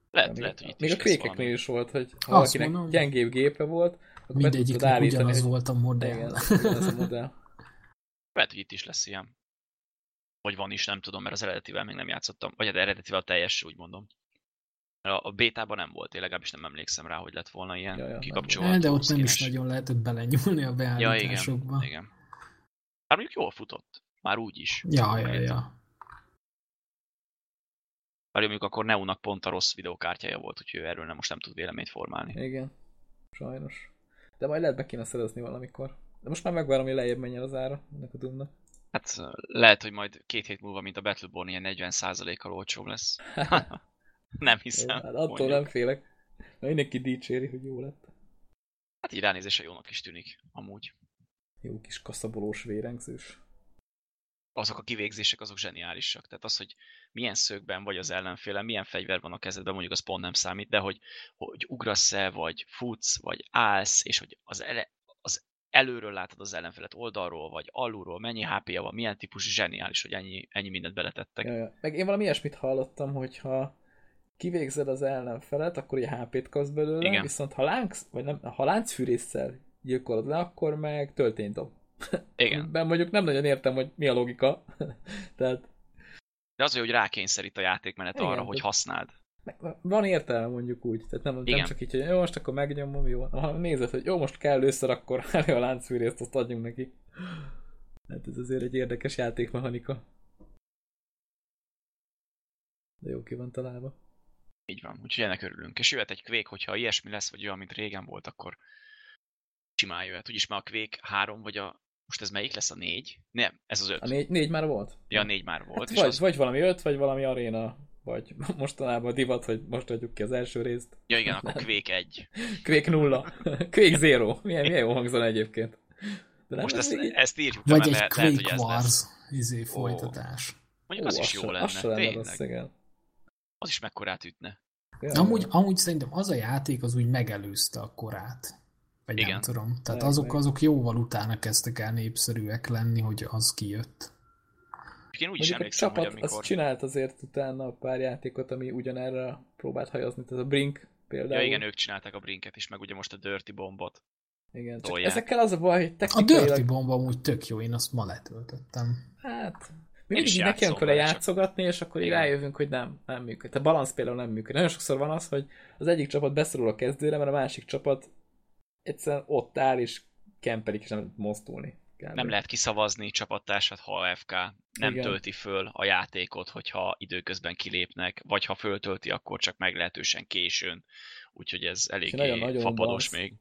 Lehet, lehet, hogy itt még is a Quake-eknél is volt, hogy ha valakinek gyengébb gépe volt, akkor mindegyiknek ugyanaz volt a modell. Igen, ugyanaz a modell. Lehet, hogy itt is lesz ilyen. Vagy van is, nem tudom, mert az eredetivel még nem játszottam. Vagy az eredetivel teljes, úgy mondom. A bétában nem volt, én legalábbis nem emlékszem rá, hogy lett volna ilyen ja, ja, kikapcsolható. De ott nem is nagyon lehetett belenyúlni a beállításokba. Ja, igen, igen. Már mondjuk jól futott. Már úgy is. Ja, ja, ja. Már mondjuk akkor Neónak pont a rossz videókártyája volt, úgyhogy erről nem, most nem tud véleményt formálni. Igen, sajnos. De majd lehet be kéne szerezni valamikor. De most már megvárom, hogy lejjebb menjen az ára ennek a Doomnak. Hát lehet, hogy majd két hét múlva, mint a Battleborn, ilyen negyven százalékkal olcsóbb lesz. Nem hiszem. Jó, hát attól mondjuk. Nem félek. Na, mindenki dicséri, hogy jó lett. Hát így ránézése jónak is tűnik, amúgy. Jó kis kaszabolós vérengzős. Azok a kivégzések, azok zseniálisak. Tehát az, hogy milyen szögben vagy az ellenféle, milyen fegyver van a kezedben, mondjuk az pont nem számít, de hogy, hogy ugrasz-e, vagy futsz, vagy állsz, és hogy az, ele, az előről látod az ellenfelet oldalról, vagy alulról, mennyi há pé-ja van, milyen típus, zseniális, hogy ennyi, ennyi mindent beletettek. Ja, ja. Meg én valami ilyesmit hallottam, hogyha kivégzed az ellenfelet, akkor ugye há pét kapsz belőle, igen. Viszont ha, lánc, vagy nem, ha láncfűrésszel gyilkolod le, akkor meg töltényt dob. Igen. Ben mondjuk nem nagyon értem, hogy mi a logika. Tehát... De az, hogy rákényszerít a játékmenet igen, arra, hogy használd. Van értelme mondjuk úgy. Tehát nem, nem csak így, hogy jó, most akkor megnyomom, jó. Ha nézed, hogy jó, most kell először, akkor elő a láncfűrészt, azt adjunk neki. Hát ez azért egy érdekes játékmechanika. De jó ki van találva. Így van, úgyhogy ennek örülünk. És jöhet egy Quake, hogyha ilyesmi lesz, vagy olyan, mint régen volt, akkor simán jöhet. Úgyis már a Quake három, vagy a... Most ez melyik lesz? A négy? Nem, ez az öt. A négy, négy már volt? Ja, a négy már volt. Hát és vagy, az... vagy valami öt, vagy valami aréna, vagy mostanában divat, hogy most adjuk ki az első részt. Ja igen, akkor Quake egy. Quake nulla. Quake zero. Milyen, milyen jó hangzana egyébként. De nem most ezt, így... ezt írjuk. Vagy egy lehet, Quake lehet, Wars izé folytatás. Mondjuk az Ó, is jó lenne. Az lenne rossz, igen. Az is mekkorát ütne. Ja, amúgy, amúgy szerintem az a játék az úgy megelőzte a korát. Vagy igen. Nem tudom. Tehát meg, azok, meg. azok jóval utána kezdtek el népszerűek lenni, hogy az kijött. Én úgy is emlékszem, a csapat hogy amikor... az csinált azért utána pár játékot, ami ugyanerre próbált hajazni. Tehát a Brink például. Ja igen, ők csinálták a Brinket is, meg ugye most a Dirty Bombot. Igen, csak ezekkel az a baj, hogy technikailag... A Dirty Bomb amúgy tök jó, én azt ma letöltöttem. Hát... Mi mindig így neki kell játszogatni, és akkor így rájövünk, hogy nem, nem működik. Tehát balansz például nem működik. Nagyon sokszor van az, hogy az egyik csapat beszorul a kezdőre, mert a másik csapat egyszerűen ott áll, és kempelik, és nem lehet mozdulni. Kb. Nem lehet kiszavazni csapattársat, ha á ef ká nem igen. tölti föl a játékot, hogyha időközben kilépnek, vagy ha föltölti, akkor csak meglehetősen későn. Úgyhogy ez eléggé fapados még.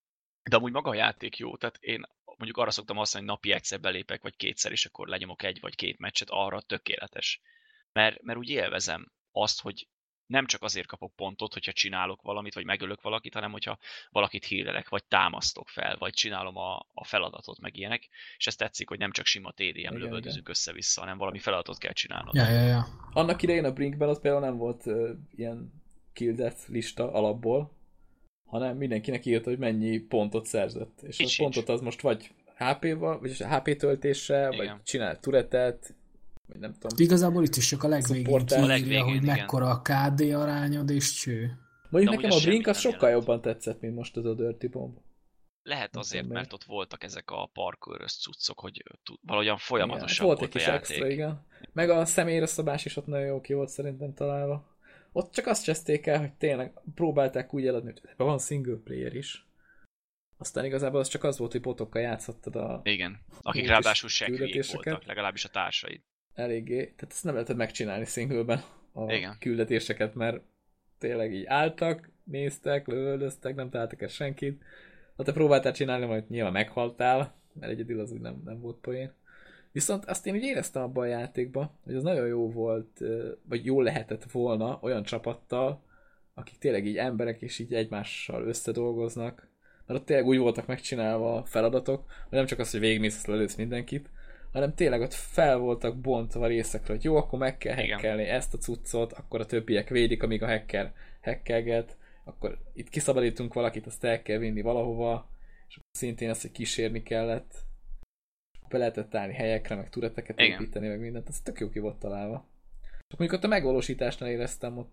De amúgy maga a játék jó, tehát én mondjuk arra szoktam használni, hogy napi egyszer belépek, vagy kétszer, és akkor lenyomok egy vagy két meccset, arra tökéletes. Mert, mert úgy élvezem azt, hogy nem csak azért kapok pontot, hogyha csinálok valamit, vagy megölök valakit, hanem hogyha valakit hírlelek, vagy támasztok fel, vagy csinálom a, a feladatot, meg ilyenek, és ez tetszik, hogy nem csak sima té dé em lövöldözünk össze-vissza, hanem valami feladatot kell csinálnod. Ja, ja, ja. Annak idején a Brinkben az például nem volt uh, ilyen kill death lista alapból, hanem mindenkinek írta, hogy mennyi pontot szerzett. És Itt a sincs. pontot az most vagy há pé-val, vagyis há pé töltéssel, vagy csinál turetet, vagy nem tudom. Igazából itt is csak a legvégén kiírja, hogy mekkora a ká dé arányod, és cső. Mondjuk nekem a Brink az sokkal jelent. jobban tetszett, mint most az a Dirty Bomb. Lehet azért, mert meg. ott voltak ezek a parkour-ös cuccok, hogy valahogyan folyamatosan volt, volt egy a kis játék. Extra, igen. Meg a személyre szabás is ott nagyon jó ki volt szerintem találva. Ott csak azt cseszték el, hogy tényleg próbálták úgy eladni, hogy van single player is. Aztán igazából az csak az volt, hogy botokkal játszhattad a... Igen, akik ráadásul sekhülyék voltak, legalábbis a társaid. Eléggé, tehát ezt nem lehetett megcsinálni singleben a Igen. küldetéseket, mert tényleg így álltak, néztek, lövöldöztek, nem találtak el senkit. Ha te próbáltál csinálni, majd nyilván meghaltál, mert egyedül az úgy nem, nem volt poén. Viszont azt én úgy éreztem abban a játékban, hogy az nagyon jó volt, vagy jó lehetett volna olyan csapattal, akik tényleg így emberek, és így egymással összedolgoznak. Mert ott tényleg úgy voltak megcsinálva a feladatok, hogy nem csak az, hogy végigmész, azt lelősz mindenkit, hanem tényleg ott fel voltak bontva részekre, hogy jó, akkor meg kell hackelni ezt a cuccot, akkor a többiek védik, amíg a hacker hackelget, akkor itt kiszabadítunk valakit, azt el kell vinni valahova, és szintén azt, hogy kísérni kellett, be lehetett állni helyekre, meg tureteket építeni, meg mindent, ez tök jó ki volt találva. Csak mondjuk ott a megvalósításnál éreztem ott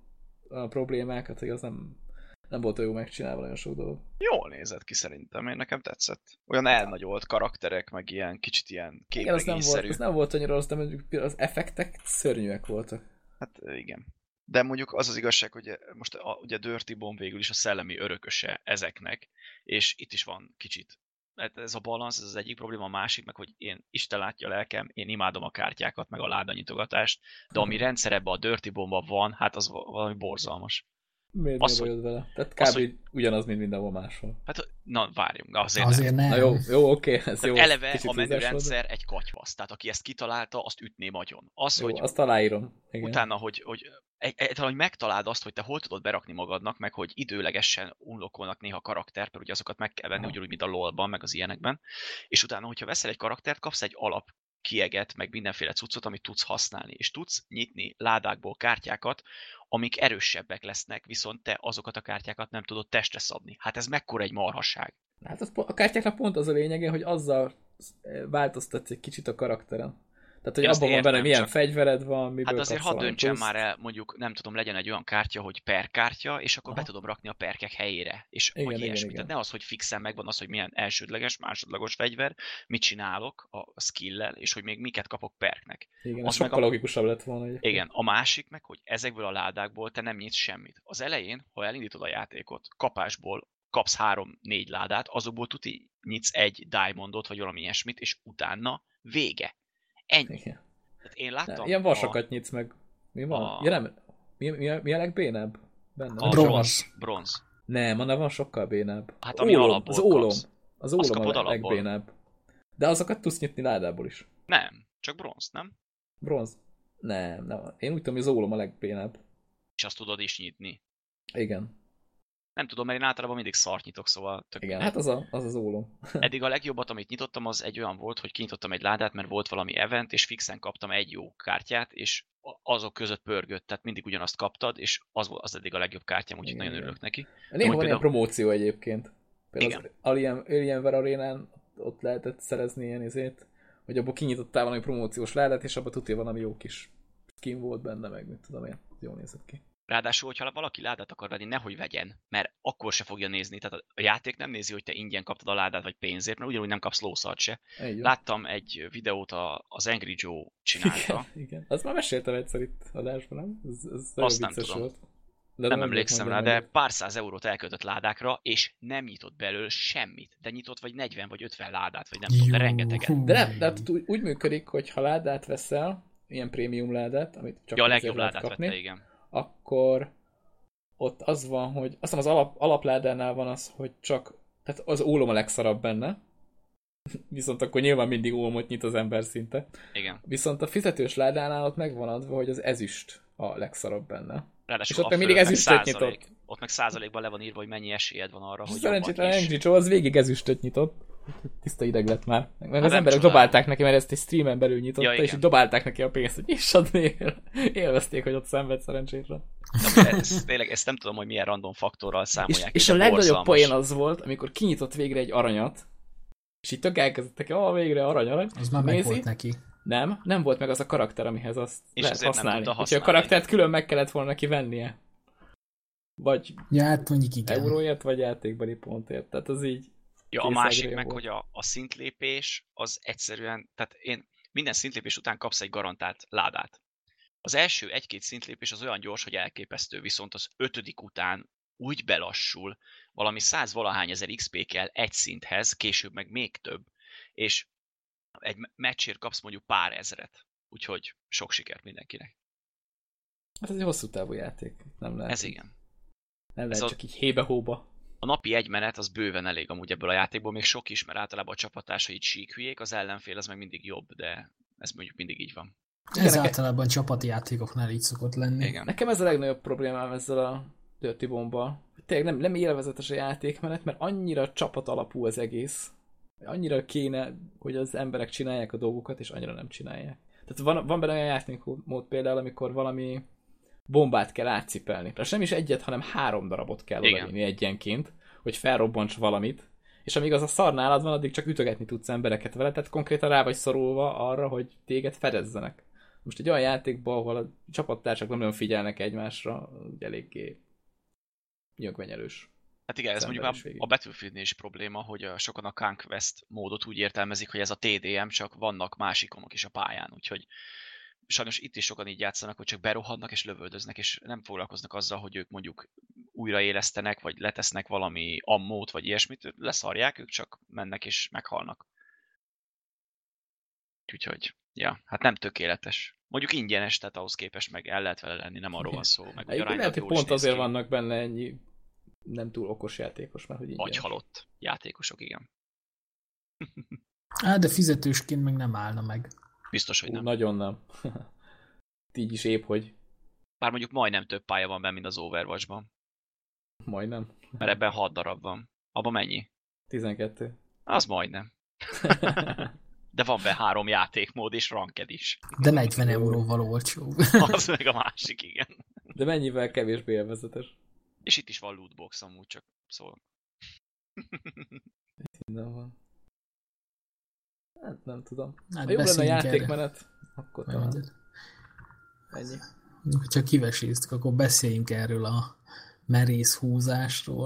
a problémákat, hogy az nem, nem volt jó megcsinálva nagyon sok dolog. Jól nézett ki szerintem, én nekem tetszett. Olyan elnagyolt karakterek, meg ilyen kicsit ilyen igen, az nem, volt, képregényszerű. az nem volt annyira rossz, de mondjuk az effektek szörnyűek voltak. Hát igen. De mondjuk az az igazság, hogy most a, ugye Dirty Bomb végül is a szellemi örököse ezeknek, és itt is van kicsit. Ez a balansz, ez az egyik probléma, a másik, meg hogy én, Isten látja a lelkem, én imádom a kártyákat, meg a ládanyitogatást, de ami rendszerebben a Dirty Bombban van, hát az valami borzalmas. Miért az, mi bajod vele? Tehát kb. Az, hogy... ugyanaz, mint mindenhol máshol. Hát, na várjunk, azért, azért nem. nem. Na jó, jó, oké, ez jó. Eleve a menürendszer egy katyvasz, tehát aki ezt kitalálta, azt ütné magyon. Az, jó, hogy azt aláírom. Igen. Utána, hogy, hogy hogy megtaláld azt, hogy te hol tudod berakni magadnak, meg hogy időlegesen unlockolnak néha karaktert, mert ugye azokat meg kell venni, ugyanúgy, mint a lolban, meg az ilyenekben. És utána, hogyha veszel egy karaktert, kapsz egy alap kieget, meg mindenféle cuccot, amit tudsz használni. És tudsz nyitni ládákból kártyákat, amik erősebbek lesznek, viszont te azokat a kártyákat nem tudod testre szabni. Hát ez mekkora egy marhasság. Hát az, a kártyáknak pont az a lényege, hogy azzal változtatsz egy kicsit a karakteren. Tehát, hogy abban van benne, milyen csak... fegyvered van, miből hát azért hadd döntsem plusz. már el, mondjuk, nem tudom, legyen egy olyan kártya, hogy per kártya, és akkor aha. be tudom rakni a perkek helyére. És igen, vagy ilyesmi. Tehát ne az, hogy fixen megvan az, hogy milyen elsődleges, másodlagos fegyver, mit csinálok a skill-lel, és hogy még miket kapok perknek. Igen, az sokkal a... logikusabb lett volna. Egyébként. Igen, a másik meg, hogy ezekből a ládákból te nem nyitsz semmit. Az elején, ha elindítod a játékot, kapásból kapsz három-négy ládát, azokból tuti nyitsz egy diamondot, vagy valami ilyesmit, és utána vége. Ennyi. Igen. Tehát én láttam... Nem, ilyen vasakat a... nyitsz meg. Mi van? A... Ja, nem. Mi, mi, a, mi a legbénebb? Benne? A bronz. bronz. Nem, annál van sokkal bénább. Hát ami ólom, alapból az ólom. Kapsz. Az ólom a legbénább. De azokat tudsz nyitni ládából is. Nem, csak bronz, nem? Bronz? Nem, nem. Én úgy tudom, hogy az ólom a legbénább. És azt tudod is nyitni. Igen. Nem tudom, mert én általában mindig szart nyitok, szóval... Tök igen, hát az, a, az az ólom. Eddig a legjobbat, amit nyitottam, az egy olyan volt, hogy kinyitottam egy ládát, mert volt valami event, és fixen kaptam egy jó kártyát, és azok között pörgött, tehát mindig ugyanazt kaptad, és az volt az eddig a legjobb kártyám, úgyhogy igen, nagyon igen. örülök neki. Néha van például... ilyen promóció egyébként. Például igen. az Alien, Alienware Arénán ott lehetett szerezni ilyen izét, hogy abból kinyitottál valami promóciós ládát, és abban tudja valami jó kis skin volt benne, meg mit tudom én, jól nézett ki. Ráadásul, hogyha valaki ládát akar venni, nehogy vegyen, mert akkor se fogja nézni. Tehát a játék nem nézi, hogy te ingyen kaptad a ládát, vagy pénzért, mert ugyanúgy nem kapsz lószart se. Egy Láttam egy videót, a, az Angry Joe csinálta. Igen, igen. Azt már meséltem egyszer itt adásban, nem? Ez, ez Azt nem tudom. Volt. De nem, nem emlékszem rá, de pár száz eurót elköltött ládákra, és nem nyitott belőle semmit. De nyitott vagy negyven vagy ötven ládát, vagy nem tudom, de rengeteget. De nem, de úgy, úgy működik, hogy ha ládát veszel, ilyen prémium ládát, amit csak ja, a legjobb ládát kapni, vette, igen. Akkor ott az van, hogy azt hiszem az alap, alapládánál van az, hogy csak, tehát az ólom a legszarabb benne, viszont akkor nyilván mindig ólmot nyit az ember szinte. Igen. Viszont a fizetős ládánál ott megvan adva, hogy az ezüst a legszarabb benne. Ráadásul és ott meg mindig ezüstöt nyitott. Ott meg százalékban le van írva, hogy mennyi esélyed van arra, hogy szerencsétlen Angry Joe az végig ezüstöt nyitott. Tiszta ideg lett már. Meg hát az emberek csodálom. Dobálták neki, mert ezt egy streamen belül nyitotta, ja, és így dobálták neki a pénzt, hogy is adnél. Élvezték, hogy ott szenved szerencsétlen. Ez, tényleg, ezt nem tudom, hogy milyen random faktorral számolják. És, és a legnagyobb poén az volt, amikor kinyitott végre egy aranyat, és így tök elkezdtek, ó, végre arany, arany. Az már meg volt neki. Nem, nem volt meg az a karakter, amihez azt és lehet használni. használni. Úgyhogy a karaktert külön meg kellett volna neki vennie. Vagy ja, hát mondjuk igen. Euróért, vagy játékbeli pontért. Tehát az így... Ja, a másik meg, volt. Hogy a, a szintlépés az egyszerűen... Tehát én minden szintlépés után kapsz egy garantált ládát. Az első egy-két szintlépés az olyan gyors, hogy elképesztő, viszont az ötödik után úgy belassul, valami száz valahány ezer iksz pé kell egy szinthez, később meg még több, és egy meccsért kapsz mondjuk pár ezret. Úgyhogy sok sikert mindenkinek. Hát ez egy hosszú távú játék. Nem lehet. Ez igen. Nem lehet ez csak a, így hébe-hóba. A napi egy menet az bőven elég amúgy ebből a játékból, még sok is, mert általában a csapatásai így síkhülyék, az ellenfél az meg mindig jobb, de ez mondjuk mindig így van. Ez nekem... általában csapati játékoknál így szokott lenni. Igen. Nekem ez a legnagyobb problémám ezzel a Dirty Bombbal. Tényleg nem, nem élvezetes a játékmenet, mert annyira csapat alapú az egész. Annyira kéne, hogy az emberek csinálják a dolgokat, és annyira nem csinálják. Tehát van, van benne olyan játékmód például, amikor valami bombát kell átcipelni. És nem is egyet, hanem három darabot kell odavinni egyenként, hogy felrobbants valamit. És amíg az a szar nálad van, addig csak ütögetni tudsz embereket vele, tehát konkrétan rá vagy szorulva arra, hogy téged fedezzenek most egy olyan játékban, ahol a csapattársak nem nagyon figyelnek egymásra, ugye eléggé nyögvenyelős. Hát igen, ez mondjuk a, a Battlefieldnél is probléma, hogy a, sokan a Conquest módot úgy értelmezik, hogy ez a té dé em, csak vannak más ikonok is a pályán, úgyhogy sajnos itt is sokan így játszanak, hogy csak berohadnak és lövöldöznek, és nem foglalkoznak azzal, hogy ők mondjuk újraélesztenek, vagy letesznek valami ammót, vagy ilyesmit, leszarják, ők csak mennek és meghalnak. Úgyhogy, ja, hát nem tökéletes. Mondjuk ingyenes, tehát ahhoz képest meg el lehet vele lenni, nem arról van szó. Meg ugye lehet, hogy pont azért ki. Vannak benne ennyi nem túl okos játékos, mert hogy ingyenes. Agyhalott játékosok, igen. Á, de fizetősként meg nem állna meg. Biztos, hogy nem. Ú, nagyon nem. Így is épp, hogy... Bár mondjuk majdnem több pálya van benne, mint az Overwatchban. Majdnem. Mert ebben hat darab van. Abban mennyi? tizenkettő. Az majdnem. De van be három játékmód és ranked is. De negyven euróval olcsó. Az meg a másik, igen. De mennyivel kevésbé élvezetes. És itt is van lootbox amúgy, csak szól. Minden van. Hát nem tudom. Hát ha jobb lenne a játékmenet, akkor talán. Ennyi. Ha kiveséztük, akkor beszéljünk erről a merész húzásról.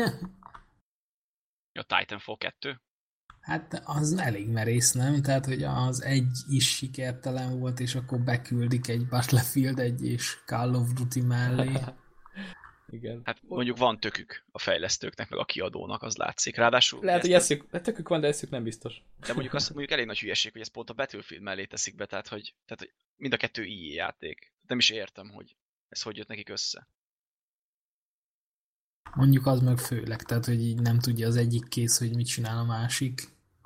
A Titanfall kettő? Hát az elég merész, nem? Tehát, hogy az egy is sikertelen volt, és akkor beküldik egy Battlefield egy és Call of Duty mellé. Igen. Hát mondjuk van tökük a fejlesztőknek, meg a kiadónak, az látszik. Ráadásul... Lehet, hogy eszük, tökük van, de eszük nem biztos. De mondjuk azt mondjuk elég nagy hülyeség, hogy ez pont a Battlefield mellé teszik be, tehát hogy, tehát, hogy mind a kettő i á játék. Nem is értem, hogy ez hogy jött nekik össze. Mondjuk az meg főleg, tehát hogy így nem tudja az egyik kész, hogy mit csinál a másik.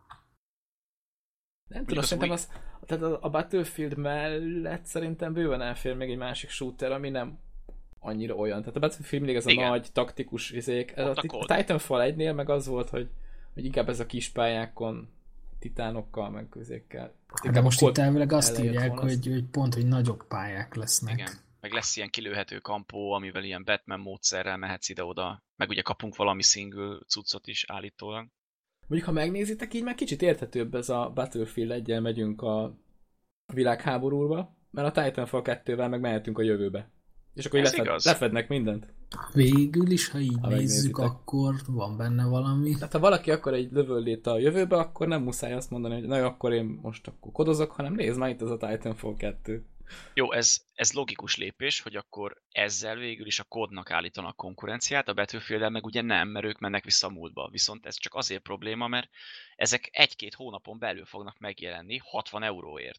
Nem tudom, szerintem az, tehát a Battlefield mellett szerintem bőven elfér még egy másik shooter, ami nem annyira olyan. Tehát a Battlefield mindig ez a igen. Nagy taktikus izék. Ez a, a, a Titanfall egynél meg az volt, hogy, hogy inkább ez a kis pályákon titánokkal, meg közékkel. De most itt elvileg azt írják, hogy, hogy pont, hogy nagyobb pályák lesznek. Igen. Meg lesz ilyen kilőhető kampó, amivel ilyen Batman módszerrel mehetsz ide-oda. Meg ugye kapunk valami single cuccot is állítólag. Mondjuk, ha megnézitek, így már kicsit érthetőbb ez a Battlefield egyel megyünk a világháborúba, mert a Titanfall kettővel meg mehetünk a jövőbe. És akkor lefed, lefednek mindent. Végül is, ha így ha nézzük, akkor van benne valami. Tehát ha valaki akar egy lövöldét a jövőbe, akkor nem muszáj azt mondani, hogy na jó, akkor én most akkor kodozok, hanem nézd már itt az a Titanfall kettő. Jó, ez, ez logikus lépés, hogy akkor ezzel végül is a kódnak állítanak konkurenciát, a Battlefield-el meg ugye nem, mert ők mennek vissza a múltba. Viszont ez csak azért probléma, mert ezek egy-két hónapon belül fognak megjelenni hatvan euróért.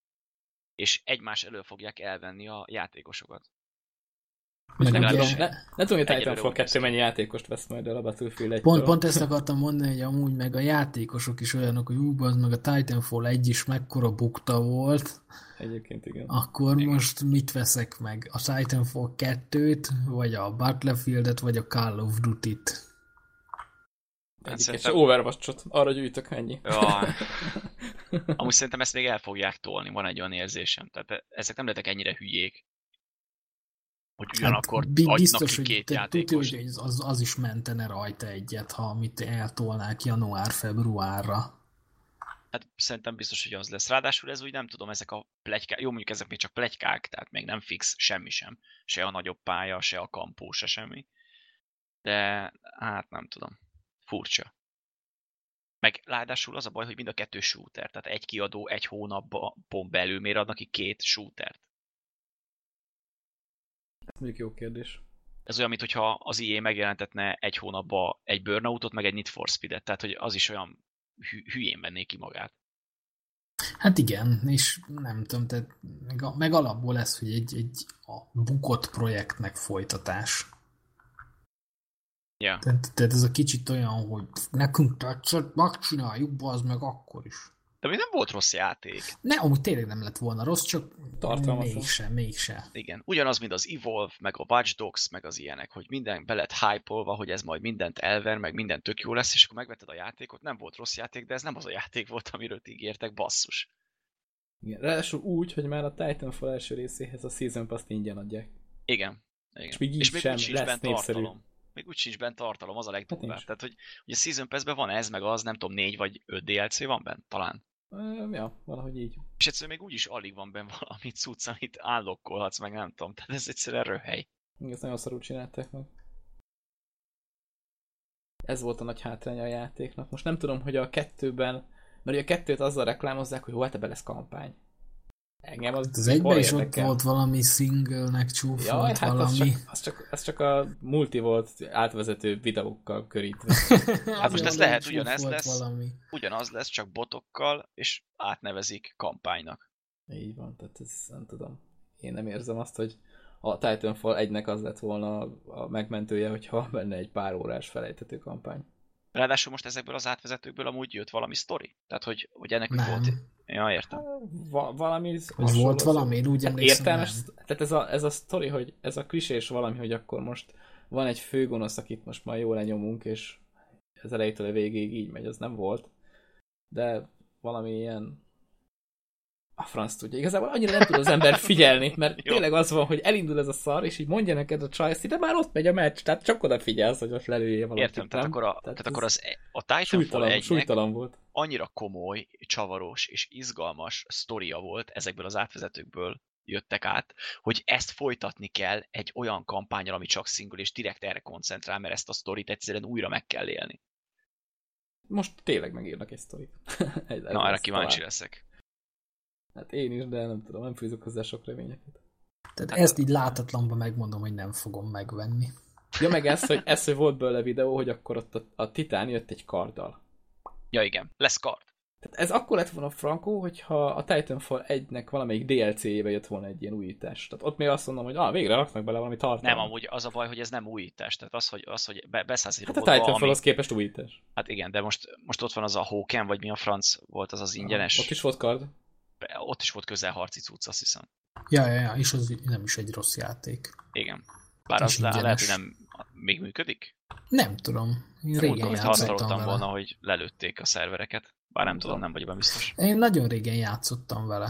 És egymás elől fogják elvenni a játékosokat. Meg ugye... Ne, ne tudom, hogy a Titanfall kettő mennyi játékost vesz majd el a Battlefield egytől. Pont, pont ezt akartam mondani, hogy amúgy meg a játékosok is olyanok, hogy ú, az meg a Titanfall egy is mekkora bukta volt. Egyébként igen. Akkor igen. Most mit veszek meg? A Titanfall kettőt, vagy a Battlefieldet, vagy a Call of Duty-t? Egyiket szerintem... se Overwatch-ot, arra gyűjtök ennyi. Ja. Amúgy szerintem ezt még el fogják tolni, van egy olyan érzésem. Tehát ezek nem lettek ennyire hülyék. Hogy ugyanakkor hát, biztos, adnak ki két játékos. Hogy az, az is mentene rajta egyet, ha mit eltolnák január-februárra. Hát szerintem biztos, hogy az lesz. Ráadásul ez úgy nem tudom, ezek a pletykák, jó mondjuk ezek még csak pletykák, tehát még nem fix semmi sem. Se a nagyobb pálya, se a kampó, se semmi. De hát nem tudom. Furcsa. Meg ráadásul az a baj, hogy mind a kettő shooter, tehát egy kiadó egy hónapban belül miért adnak ki két shootert. Ez mondjuk jó kérdés. Ez olyan, mintha az i á megjelentetne egy hónapban egy Burnoutot, meg egy Need for Speed-et, tehát hogy az is olyan hü- hülyén venné ki magát. Hát igen, és nem tudom, tehát meg, meg alapból lesz, hogy egy, egy a bukott projektnek folytatás. Yeah. Tehát, tehát ez a kicsit olyan, hogy nekünk tetszett, megcsináljuk, az meg akkor is. De még nem volt rossz játék. Ne, amúgy tényleg nem lett volna rossz, csak mégsem, mégsem. Igen, ugyanaz, mint az Evolve, meg a Watch Dogs, meg az ilyenek, hogy minden be lett hype-olva, hogy ez majd mindent elver, meg minden tök jó lesz, és akkor megvetted a játékot, nem volt rossz játék, de ez nem az a játék volt, amiről ígértek, basszus. Igen, ráadásul úgy, hogy már a Titanfall első részéhez a Season Pass-t ingyen adják. Igen. Igen. És még így és még sem lesz népszerű. Tartalom. Még úgy sincs bent tartalom, az a legdurvább. Hát tehát, hogy, hogy a Season Pass-ben van ez, meg az, nem tudom, négy vagy öt dé el cé van bent, talán. Ja, valahogy így. És egyszerűen még úgyis alig van benne valami cucc, amit állokkolhatsz, meg nem tudom. Tehát ez egyszerűen röhely. Ezt nagyon szarul csinálták meg. Ez volt a nagy hátránya a játéknak. Most nem tudom, hogy a kettőben, mert ugye a kettőt azzal reklámozzák, hogy hol ebbe lesz kampány. Engem az, az egyben is ott volt valami single-nek csúfolt Jaj, hát valami. Az csak, az, csak, az csak a multi volt átvezető videókkal körítve. Hát most ez lehet, ugyanez lesz, valami. ugyanaz lesz, csak botokkal, és átnevezik kampánynak. Így van, tehát ez nem tudom. Én nem érzem azt, hogy a Titanfall egynek az lett volna a megmentője, hogyha benne egy pár órás felejthető kampány. Ráadásul most ezekből az átvezetőkből amúgy jött valami sztori? Tehát, hogy, hogy ennek nem. volt... Ja, értem. Va- valami... Hogy volt valami, én úgy emlékszem, értelmes, tehát ez a, ez a sztori, hogy ez a klisés valami, hogy akkor most van egy főgonosz, akit most már jól lenyomunk, és ez elejétől a végéig így megy, az nem volt. De valami ilyen a franc tudja. Igazából annyira nem tud az ember figyelni, mert tényleg az van, hogy elindul ez a szar, és így mondja neked a Trice, de már ott megy a meccs, tehát csak oda figyelsz, hogy most lelője valakit. Értem, tehát akkor, a, tehát tehát akkor az, a Titanfall súlytalan, egynek súlytalan volt. Annyira komoly, csavaros és izgalmas sztoria volt, ezekből az átvezetőkből jöttek át, hogy ezt folytatni kell egy olyan kampányal, ami csak single, és direkt erre koncentrál, mert ezt a sztorit egyszerűen újra meg kell élni. Most tényleg megírnak egy sztorit. Na, erre kíváncsi talán. leszek. Hát én is, de nem tudom, nem fűzök hozzá sok reményeket. Tehát hát, ezt így látatlanban megmondom, hogy nem fogom megvenni. Ja, meg ez, hogy, ez, hogy volt belőle videó, hogy akkor ott a, a Titán jött egy karddal. Ja igen, lesz kard. Tehát ez akkor lett volna frankó, hogyha a Titanfall egynek valamelyik dé el cé-jébe jött volna egy ilyen újítás. Tehát ott még azt mondom, hogy ah, végre raknak bele valami tartalmat. Nem, amúgy az a baj, hogy ez nem újítás. Tehát az, hogy, az, hogy be, beszállsz egy hát robotba, a Titanfallhoz ami... képest újítás. Hát igen, de most, most ott van az a Hawken, vagy mi a franc volt az az ingyenes. Ah, ott is volt kard. Ott is volt közelharci cucc, azt hiszem. Ja, ja, ja, és az nem is egy rossz játék. Igen. Bár az le, lehet, hogy nem még működik? Nem tudom. Én régen játszottam vele. volna, hogy lelőtték a szervereket. Bár nem tudom, nem vagyok benne biztos. Én nagyon régen játszottam vele.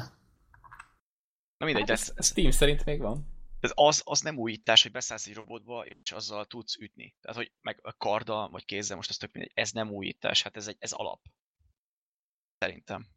Na mindegy, hát ez, ez Steam szerint még van. Ez az, az nem újítás, hogy beszállsz egy robotba, és azzal tudsz ütni. Tehát, hogy meg a karddal, vagy kézzel, most ez tök mindegy, ez nem újítás, hát ez, egy, ez alap. Szerintem.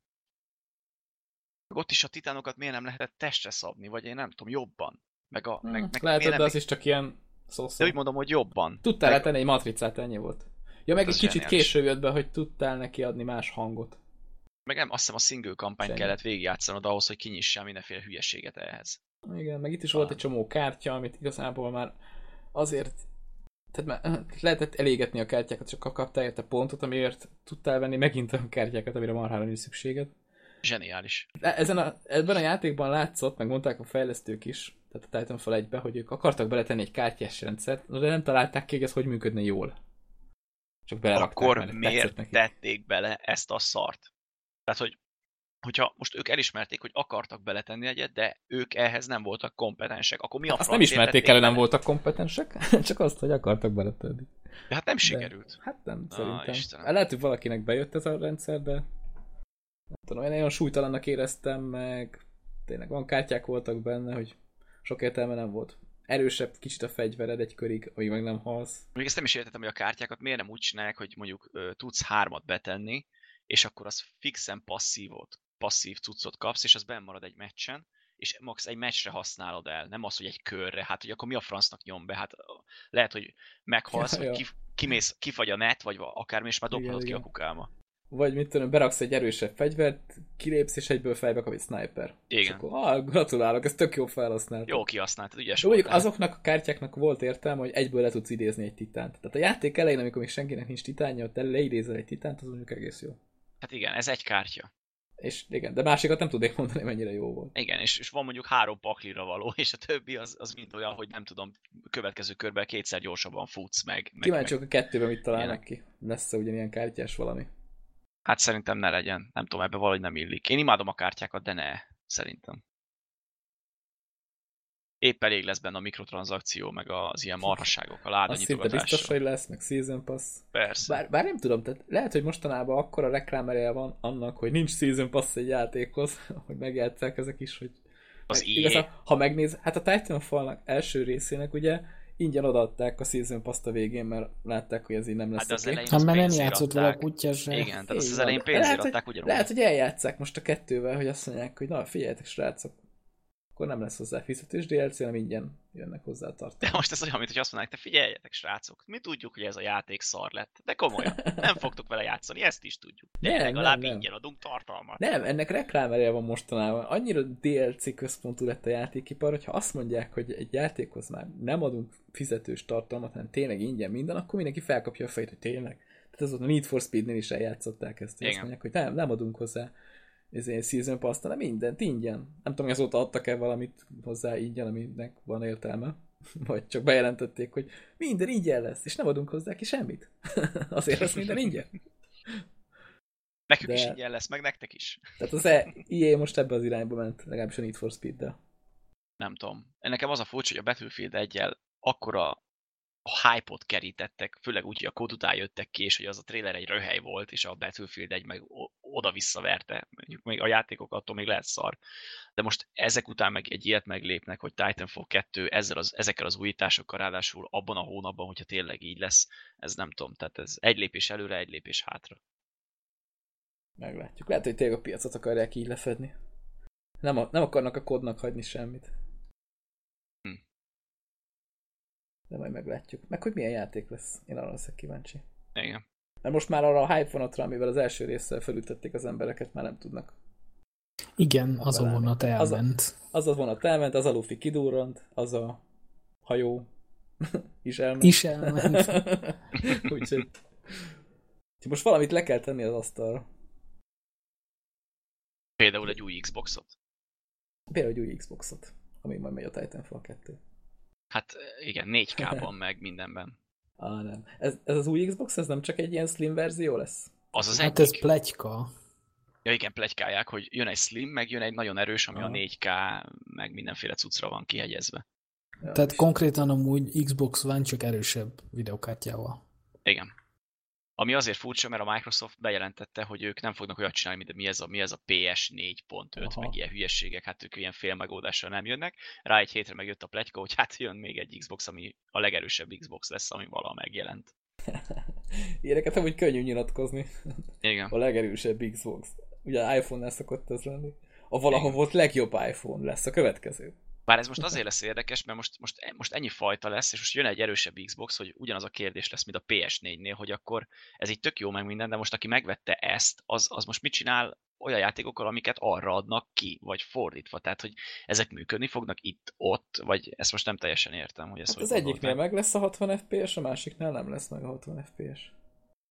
Ott is a titánokat miért nem lehetett testre szabni, vagy én nem tudom, jobban. Meg a, hmm, meg, meg lehetett, de az is csak ilyen szó-szó. De úgy mondom, hogy jobban. Tudtál meg... tenni egy matricát, ennyi volt. Ja, meg egy kicsit zseniális. Később jött be, hogy tudtál neki adni más hangot. Meg nem, azt hiszem a single kampányt Semmi. kellett végigjátszanod ahhoz, hogy kinyissál mindenféle hülyeséget ehhez. Igen, meg itt is ah. volt egy csomó kártya, amit igazából már azért tehát már lehetett elégetni a kártyákat, csak kaptál érte pontot, amiért tudtál venni megint olyan kártyákat, amire marhára nincs szükséged. Zseniális. Ezen a, ebben a játékban látszott, meg mondták a fejlesztők is, tehát a Titanfall egybe, hogy ők akartak beletenni egy kártyás rendszert, de nem találták ki, hogy ez hogy működne jól. Csak belerakták. Akkor miért tették bele ezt a szart? Tehát, hogy hogyha most ők elismerték, hogy akartak beletenni egyet, de ők ehhez nem voltak kompetensek, akkor mi a azt nem ismerték el, hogy nem voltak kompetensek, csak azt, hogy akartak beletenni. De hát nem de, sikerült. Hát nem, szerintem. Istenem. Lehet, hogy valakinek bejött ez a rendszer, de nem tudom, én nagyon súlytalannak éreztem, meg tényleg van kártyák voltak benne, hogy sok értelme nem volt. Erősebb kicsit a fegyvered egy körig, amíg meg nem halsz. Még ezt nem is értettem, hogy a kártyákat miért nem úgy csinálják, hogy mondjuk ö, tudsz hármat betenni, és akkor az fixen passzívot, passzív cuccot kapsz, és az benn marad egy meccsen, és max egy meccsre használod el, nem az, hogy egy körre. Hát, hogy akkor mi a francnak nyom be? Hát lehet, hogy meghalsz, ja, vagy ja. Kif, kimész, kifagy a net, vagy akármi, és már dobhatod ki a kukába. Vagy mit tudom, beraksz egy erősebb fegyvert, kilépsz, és egyből fejbe kap egy sniper. Igen. És akkor, ah, gratulálok, ez tök jó felhasználtad. Jó kihasználtad, ügyes volt. Mondjuk azoknak a kártyáknak volt értelme, hogy egyből le tudsz idézni egy titánt. Tehát a játék elején, amikor még senkinek nincs titánja, ott leidézel egy titánt, az mondjuk egész jó. Hát igen, ez egy kártya. És igen, de másikat nem tudnék mondani, mennyire jó volt. Igen, és, és van mondjuk három paklira való, és a többi az, az mind olyan, hogy nem tudom, következő körben kétszer gyorsabban futsz meg. Kíváncsiak a kettőben mit találnak ki. Lesz-e ugyanilyen kártyás valami? Hát szerintem ne legyen. Nem tudom, ebbe valahogy nem illik. Én imádom a kártyákat, de ne. Szerintem. Épp elég lesz benne a mikrotranszakció, meg az ilyen marhasságok, a láda nyitogatásra. Azt szinte biztos, hogy lesz, meg Season Pass. Persze. Bár, bár nem tudom, tehát lehet, hogy mostanában akkora reklámereje van annak, hogy nincs Season Pass egy játékhoz, hogy megjátsszák ezek is, hogy... Az igazán, ha megnéz, hát a Titanfallnak első részének ugye ingyen odaadták a Season Pass a végén, mert látták, hogy ez így nem lesz. Hát az oké. elején Hát az mert nem pénzért játszott vele a adták. kutya se. Igen, tehát azt Így az van. elején De pénzért lehet, adták hogy, ugyanúgy. lehet, hogy eljátszák most a kettővel, hogy azt mondják, hogy na, figyeljetek, srácok, akkor nem lesz hozzá fizetős dé el cé, hanem ingyen jönnek hozzá a De tartalmak. most ez olyan, mint hogy azt mondják, te figyeljetek, srácok, mi tudjuk, hogy ez a játék szar lett, de komolyan, nem fogtok vele játszani, ezt is tudjuk. De Nem, legalább nem, nem. ingyen adunk tartalmat. Nem, ennek reklámereje van mostanában. Annyira dé el cé központú lett a játékipar, hogyha azt mondják, hogy egy játékhoz már nem adunk fizetős tartalmat, hanem tényleg ingyen minden, akkor mindenki felkapja a fejét, hogy tényleg. Tehát az ott a Need for Speednél is eljátszották ezt, hogy azt mondják, hogy nem, nem adunk hozzá ezért Season Pass, hanem mindent ingyen. Nem tudom, hogy azóta adtak-e valamit hozzá ingyen, aminek van értelme. Vagy csak bejelentették, hogy minden ingyen lesz, és nem adunk hozzá ki semmit. Azért lesz minden ingyen. Nekünk De- is ingyen lesz, meg nektek is. Tehát az e á most ebbe az irányba ment, legalábbis a Need for Speed-del. Nem tudom. Nekem az a furcsa, hogy a Battlefield egyel akkora a hype-ot kerítettek, főleg úgy, hogy a kód után jöttek ki, és hogy az a trailer egy röhely volt, és a Battlefield egy meg o- oda-visszaverte. Mondjuk még a játékok attól még lehet szar. De most ezek után meg egy ilyet meglépnek, hogy Titanfall kettő ezzel az, ezekkel az újításokkal ráadásul abban a hónapban, hogyha tényleg így lesz, ez nem tudom. Tehát ez egy lépés előre, egy lépés hátra. Meglátjuk. Lehet, hogy tényleg a piacot akarják így lefedni. Nem, a, nem akarnak a kodnak hagyni semmit. Hm. De majd meglátjuk. Meg hogy milyen játék lesz. Én arra leszek kíváncsi. Igen. Mert most már arra a hype vonatra, amivel az első résszel felütették az embereket, már nem tudnak. Igen, az a Talán. vonat Az a- elment. Az a vonat elment, az a lufi kidurrant, az a hajó is elment. Is elment. Úgyhogy úgyhogy most valamit le kell tenni az asztalra. Például egy új Xboxot. Például egy új Xboxot, ami majd megy a Titanfall kettő. Hát igen, négy ká-ban meg mindenben. Ah, nem. Ez, ez az új Xbox, ez nem csak egy ilyen slim verzió lesz? Az az Hát egyik. ez pletyka. Ja igen, pletykálják, hogy jön egy slim, meg jön egy nagyon erős, ami Aha. a négy ká, meg mindenféle cuccra van kihegyezve. Ja, Tehát és- konkrétan amúgy Xbox One csak erősebb videokártyával. Igen. Ami azért furcsa, mert a Microsoft bejelentette, hogy ők nem fognak olyat csinálni, mint mi ez a, mi ez a pé es négy pont öt, Aha. meg ilyen hülyeségek, hát ők ilyen félmegoldással nem jönnek. Rá egy hétre megjött a pletyka, hogy hát jön még egy Xbox, ami a legerősebb Xbox lesz, ami valaha megjelent. Ilyeneket amúgy könnyű nyilatkozni. Igen. A legerősebb Xbox. Ugye iPhone-nál szokott ez lenni. A valaha Igen. volt legjobb iPhone lesz a következő. Bár ez most azért lesz érdekes, mert most, most, most ennyi fajta lesz, és most jön egy erősebb Xbox, hogy ugyanaz a kérdés lesz, mint a pé es négynél, hogy akkor ez így tök jó meg minden, de most aki megvette ezt, az, az most mit csinál olyan játékokkal, amiket arra adnak ki, vagy fordítva. Tehát, hogy ezek működni fognak itt, ott, vagy ezt most nem teljesen értem, hogy ez Hát hogy az egyiknél gondolták. meg lesz a hatvan ef pé es, a másiknál nem lesz meg a hatvan ef pé es.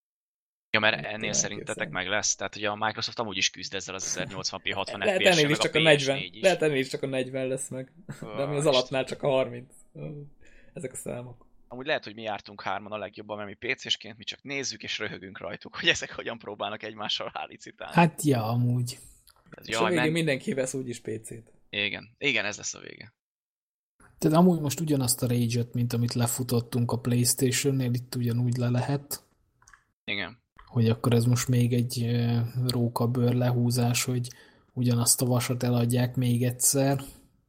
Ja, mert nem ennél tudom szerintetek elképzelni. meg lesz? Tehát, hogy a Microsoft amúgy is küzd ezzel az ezernyolcvan pé hatvan Lehet ef pé es-sel, ennél is meg a csak a pé es negyven. négy is. Lehet ennél is csak a negyven lesz meg. De ami az Ó, alapnál csak a harminc. Ezek a számok. Amúgy lehet, hogy mi jártunk hárman a legjobban, mert mi pé césként mi csak nézzük és röhögünk rajtuk, hogy ezek hogyan próbálnak egymással hálicitálni. Hát ja, amúgy. Ez És a jaj, végén men... mindenki vesz úgyis pé cét. Igen, igen, ez lesz a vége. Tehát amúgy most ugyanazt a Rage-et, mint amit lefutottunk a PlayStation-nél, itt ugyanúgy le lehet, Igen. hogy akkor ez most még egy ö, rókabőr lehúzás, hogy ugyanazt a vasat eladják még egyszer.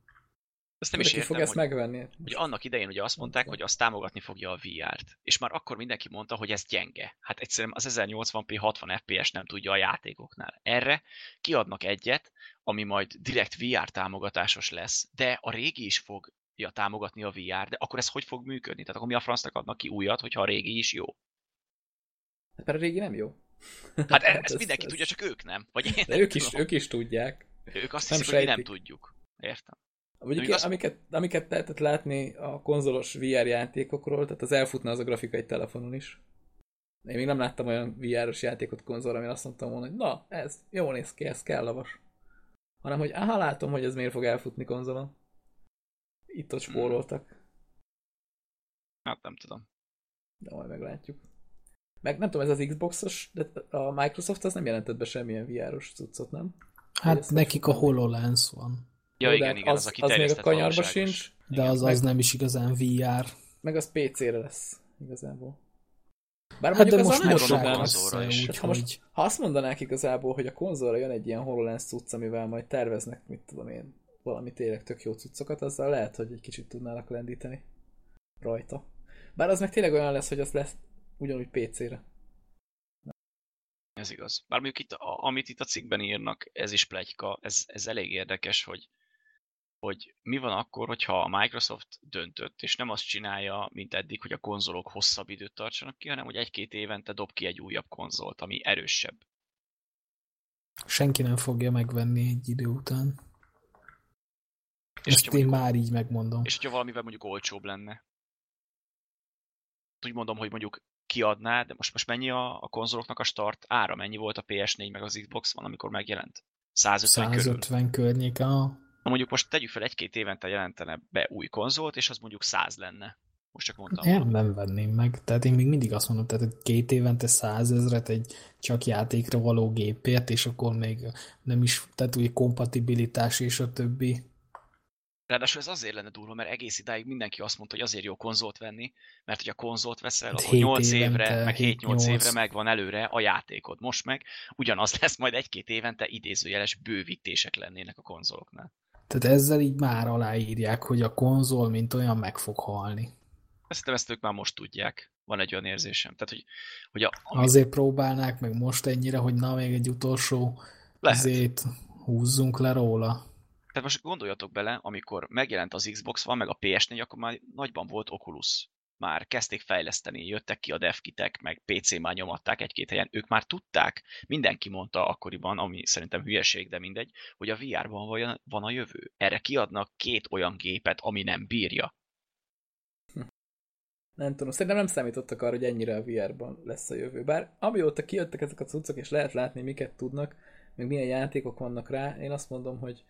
Ezt nem is Ki értem, fog ezt hogy, megvenni? hogy annak idején ugye azt mondták, tudom. hogy azt támogatni fogja a vé er-t. És már akkor mindenki mondta, hogy ez gyenge. Hát egyszerűen az ezernyolcvan pé hatvan ef pé es nem tudja a játékoknál. Erre kiadnak egyet, ami majd direkt vé er támogatásos lesz, de a régi is fogja támogatni a vé er, de akkor ez hogy fog működni? Tehát akkor mi a francnak adnak ki újat, hogyha a régi is jó? Hát mert a régi nem jó. Hát ezt ez- mindenki ez- tudja, csak ők nem. Vagy én De nem ők is, tudom. ők is tudják. Ők azt nem hiszik, hogy mi nem sejtik. tudjuk. Értem. Mondjuk Még azt- amiket, amiket lehetett látni a konzolos vé er játékokról, tehát az elfutna az a grafika egy telefonon is. Én még nem láttam olyan vé er-os játékot konzolra, amin azt mondtam volna, hogy na, ez jól néz ki, ez kell lavas. Hanem, hogy aha, látom, hogy ez miért fog elfutni konzolon. Itt-ott spóroltak, Hát nem tudom. de majd meglátjuk. Meg nem tudom, ez az Xboxos, de a Microsoft az nem jelentett be semmilyen vé er-os cuccot, nem? Hát ezt nekik a most- HoloLens van, Ja, Jó, de igen, hát igen, az, az, a az még a kiterjesztett kanyarba valóságos. sincs, de az, meg- az nem is igazán vé er. meg az pé cére lesz igazából. Bár Hát de mondjuk most azzal nem mossák mondanám, konzolra össze, is. Tehát ha, most, úgyhogy... ha azt mondanák igazából, hogy a konzolra jön egy ilyen HoloLens cucc, amivel majd terveznek, mit tudom én, valami tényleg tök jó cuccokat, azzal lehet, hogy egy kicsit tudnának lendíteni. rajta. Bár az meg tényleg olyan lesz, hogy az lesz ugyanúgy pé cére. Ez igaz. Bár mondjuk itt, a, amit itt a cikkben írnak, ez is pletyka, ez, ez elég érdekes, hogy, hogy mi van akkor, hogyha a Microsoft döntött, és nem azt csinálja, mint eddig, hogy a konzolok hosszabb időt tartsanak ki, hanem hogy egy-két évente dob ki egy újabb konzolt, ami erősebb. Senki nem fogja megvenni egy idő után. És ezt én mondjuk, már így megmondom. És hogyha valamivel mondjuk olcsóbb lenne. Úgy mondom, hogy mondjuk kiadná, de most, most mennyi a, a konzoloknak a start ára? Mennyi volt a pé es négy meg az Xbox One, amikor megjelent? százötven, százötven környék. A... Na mondjuk most tegyük fel, egy-két évente jelentene be új konzolt, és az mondjuk száz lenne. Most csak mondtam. Én nem venném meg. Tehát én még mindig azt mondom, tehát két évente százezret egy csak játékra való gépért, és akkor még nem is, tehát úgy kompatibilitás és a többi. Ráadásul ez azért lenne durva, mert egész idáig mindenki azt mondta, hogy azért jó konzolt venni, mert hogy a konzolt veszel, Hát akkor nyolc évre, évente, meg hét-nyolc évre megvan előre a játékod. Most meg ugyanaz lesz, majd egy-két évente idézőjeles bővítések lennének a konzoloknál. Tehát ezzel így már aláírják, hogy a konzol mint olyan meg fog halni. Szerintem ezt ők már most tudják. Van egy olyan érzésem. Tehát, hogy, hogy a, ami... Azért próbálnák meg most ennyire, hogy na, még egy utolsó azért húzzunk le róla. Tehát most gondoljatok bele, amikor megjelent az Xbox One, meg a pé es négy, akkor már nagyban volt Oculus. Már kezdték fejleszteni, jöttek ki a devkitek, meg pé cén már nyomatták egy-két helyen. Ők már tudták, mindenki mondta akkoriban, ami szerintem hülyeség, de mindegy, hogy a vé er-ban van a jövő. Erre kiadnak két olyan gépet, ami nem bírja. Nem tudom, szerintem nem számítottak arra, hogy ennyire a vé er-ban lesz a jövő. Bár amióta kijöttek ezek a cuccok, és lehet látni, miket tudnak, meg milyen játékok vannak rá, én azt mondom, hogy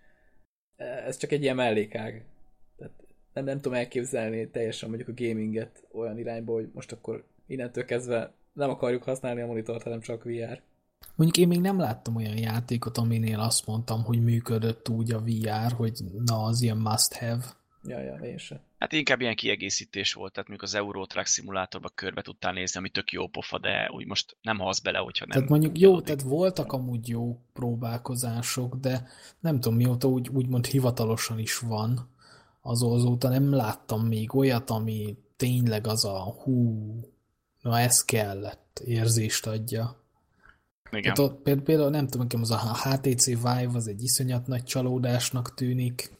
ez csak egy ilyen mellékág. Tehát nem, nem tudom elképzelni teljesen mondjuk a gaminget olyan irányba, hogy most akkor innentől kezdve nem akarjuk használni a monitort, hanem csak vé er. Mondjuk én még nem láttam olyan játékot, aminél azt mondtam, hogy működött úgy a vé er, hogy na, az ilyen must have. Ja, ja, én sem. Hát inkább ilyen kiegészítés volt, tehát mondjuk az Euro Truck szimulátorban körbe tudtál nézni, ami tök jó pofa, de úgy most nem halsz bele, hogyha nem... Tehát mondjuk jó, tehát voltak amúgy jó próbálkozások, de nem tudom mióta úgy, úgymond hivatalosan is van, azóta nem láttam még olyat, ami tényleg az a hú, na ez kellett érzést adja. Igen. Tehát ott, például nem tudom, nekem az a há té cé Vive az egy iszonyat nagy csalódásnak tűnik.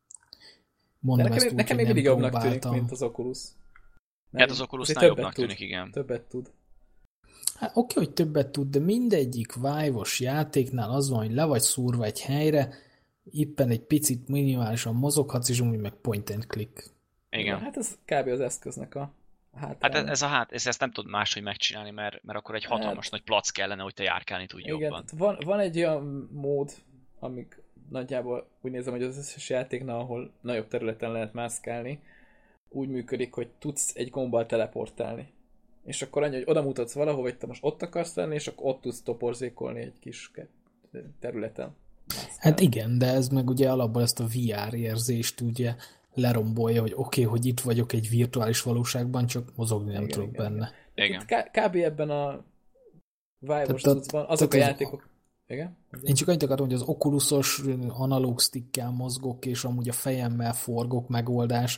Mondom nekem, úgy, nekem még mindig jobbnak tűnik, mint az Oculus. Hát az Oculusnál jobbnak tűnik, igen. Többet tud. Hát oké, hogy többet tud, de mindegyik Vive-os játéknál az van, hogy le vagy szúrva egy helyre, éppen egy picit minimálisan mozoghatsz, és úgy meg point and click. Igen. Ja, hát ez kb. Az eszköznek a hátránya. Hát ez a hát, ez, ezt nem tud máshogy megcsinálni, mert, mert akkor egy hatalmas hát, nagy plac kellene, hogy te járkálni tudj igen, jobban. Van, van egy olyan mód, amik nagyjából úgy nézem, hogy az összes játéknál, ahol nagyobb területen lehet mászkálni, úgy működik, hogy tudsz egy gombbal teleportálni. És akkor annyi, hogy oda mutatsz valahol, hogy te most ott akarsz lenni, és akkor ott tudsz toporzékolni egy kis területen. Mászkálni. Hát igen, de ez meg ugye alapból ezt a vé er érzést ugye lerombolja, hogy oké, okay, hogy itt vagyok egy virtuális valóságban, csak mozogni nem igen, tudok igen, benne. Igen. K- kb. Ebben a Vive-os cuccban azok a játékok... Az... Igen? Én csak annyit akartam, hogy az Oculusos analóg stickkel mozgok, és amúgy a fejemmel forgok megoldás,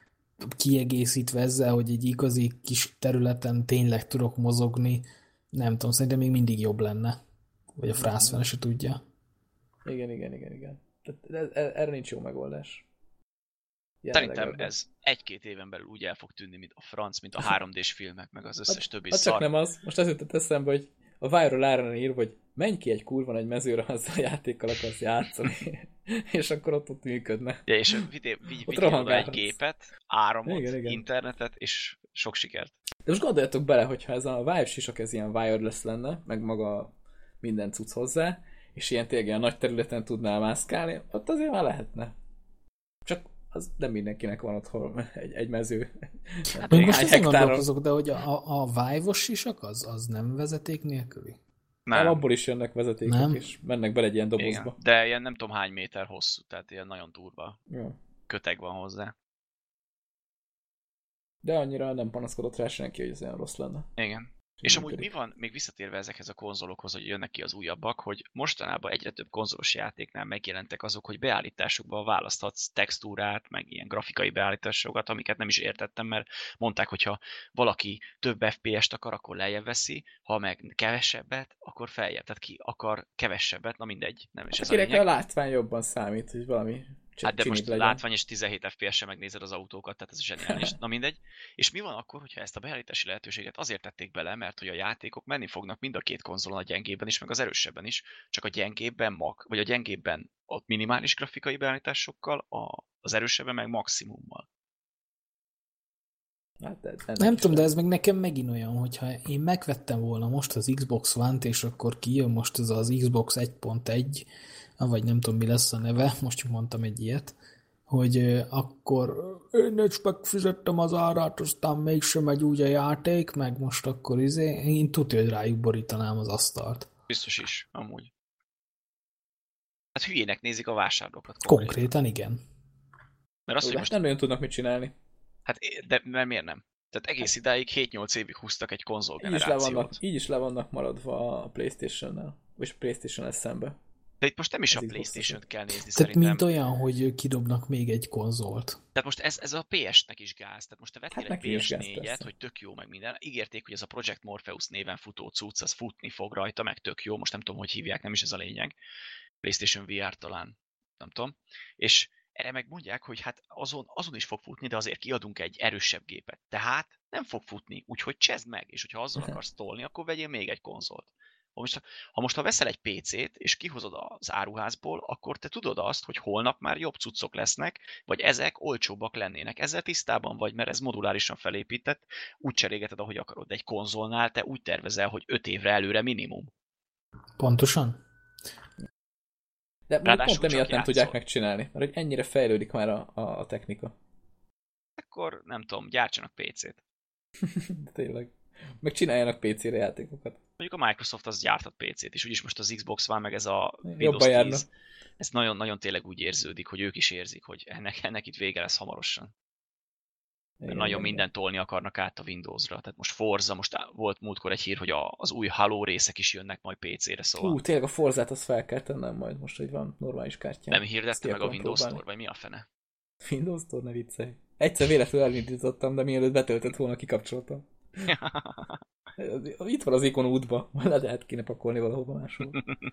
kiegészítve ezzel, hogy egy igazi kis területen tényleg tudok mozogni, nem tudom, szerintem még mindig jobb lenne. Vagy a frászfene se tudja. Igen, igen, igen, igen. Tehát erre nincs jó megoldás. Szerintem ez egy-két éven belül úgy el fog tűnni, mint a franc, mint a három dés filmek, meg az összes többi hát, szar. Csak nem az. Most az jutott eszembe, hogy a Vive-ról ára ír, hogy menj ki egy kurva egy mezőre, azzal a játékkal akarsz játszani. És akkor ott ott működne. Ja, és vigyél oda egy gépet, áramot, igen, igen. internetet, és sok sikert. De most gondoljatok bele, hogyha ez a Vive sisak ez ilyen wireless lenne, meg maga minden cucc hozzá, és ilyen tényleg ilyen nagy területen tudnál mászkálni, ott azért már lehetne. Csak az nem mindenkinek van otthon egy, egy mező. Hát most ezen gondolkozok, de hogy a, a Vive-os sisak az, az nem vezeték nélküli? Nem. Abból is jönnek vezetékek, nem. És mennek bele egy ilyen dobozba. Igen, de ilyen nem tudom hány méter hosszú, tehát ilyen nagyon durva ja. köteg van hozzá. De annyira nem panaszkodott rá senki, hogy ez olyan rossz lenne. Igen. És amúgy mi van, még visszatérve ezekhez a konzolokhoz, hogy jönnek ki az újabbak, hogy mostanában egyre több konzolos játéknál megjelentek azok, hogy beállításokban választhatsz textúrát, meg ilyen grafikai beállításokat, amiket nem is értettem, mert mondták, hogyha valaki több ef pé est akar, akkor lejjebb veszi, ha meg kevesebbet, akkor feljebb. Tehát ki akar kevesebbet, na mindegy. Nem is ez a lényeg. A látvány jobban számít, hogy valami. Hát de most legyen. Látvány és tizenhét ef pé es-en megnézed az autókat, tehát ez zseniális. Na mindegy. És mi van akkor, hogyha ezt a beállítási lehetőséget azért tették bele, mert hogy a játékok menni fognak mind a két konzolon, a gyengébben is, meg az erősebben is, csak a gyengébben mag, vagy a gyengébben ott minimális grafikai beállításokkal, a, az erősebben meg maximummal. Hát de, de nem tudom, de ez meg nekem megint olyan, hogyha én megvettem volna most az Xbox One-t, és akkor kijön most ez az Xbox egy pont egy, vagy nem tudom, mi lesz a neve, most csak mondtam egy ilyet, hogy akkor én is megfizettem az árát, aztán mégsem megy úgy a játék, meg most akkor izé, én tudja, hogy rájuk borítanám az asztalt. Biztos is, amúgy. Hát hülyének nézik a vásárlókat. Konkrétan, konkrétan igen. Mert azt, hogy most nem nagyon tudnak mit csinálni. Hát, de mert miért nem? Tehát egész idáig hét-nyolc évig húztak egy konzolgenerációt. Így is le vannak, így is le vannak maradva a PlayStation-nel, vagy a PlayStation-nel szembe. De itt most nem is ez a PlayStation-t kell nézni, tehát szerintem. mint olyan, hogy kidobnak még egy konzolt. Tehát most ez, ez a pé es-nek is gáz. Tehát most te vettél hát egy pé es négyet, hogy tök jó meg minden. Ígérték, hogy ez a Project Morpheus néven futó cucc, az futni fog rajta, meg tök jó. Most nem tudom, hogy hívják, nem is ez a lényeg. PlayStation vé er talán. Nem tudom. És erre meg mondják, hogy hát azon, azon is fog futni, de azért kiadunk egy erősebb gépet. Tehát nem fog futni, úgyhogy csezd meg, és hogyha azzal akarsz tolni, akkor vegyél még egy konzolt. Ha most, ha most ha veszel egy pé cét, és kihozod az áruházból, akkor te tudod azt, hogy holnap már jobb cuccok lesznek, vagy ezek olcsóbbak lennének. Ezzel tisztában vagy, mert ez modulárisan felépített, úgy cserélgeted, ahogy akarod. De egy konzolnál te úgy tervezel, hogy öt évre előre minimum. Pontosan. De pont emiatt nem tudják megcsinálni, mert hogy ennyire fejlődik már a, a, a technika. Akkor nem tudom, gyártsanak pé cét. Tényleg. Meg csináljanak pé cére játékokat. Mondjuk a Microsoft az gyártott pé cét, és úgyis most az Xbox van, meg ez a Windows tíz. Ez nagyon-nagyon tényleg úgy érződik, hogy ők is érzik, hogy ennek, ennek itt vége lesz hamarosan. Igen, nagyon igen. Mindent tolni akarnak át a Windowsra. Tehát most Forza, most volt múltkor egy hír, hogy a, az új Halo részek is jönnek majd pé cére, szóval... Hú, tényleg a Forzát azt fel kell tennem majd most, hogy van normális kártyám. Nem hirdette meg a Windows próbálni. Store, vagy mi a fene? Windows Store, ne viccelj. Egyszer véletlenül elindítottam, de mielőtt betöltött volna, kikapcsoltam. Itt van az ikon útba, le lehet kéne pakolni valahova máshol.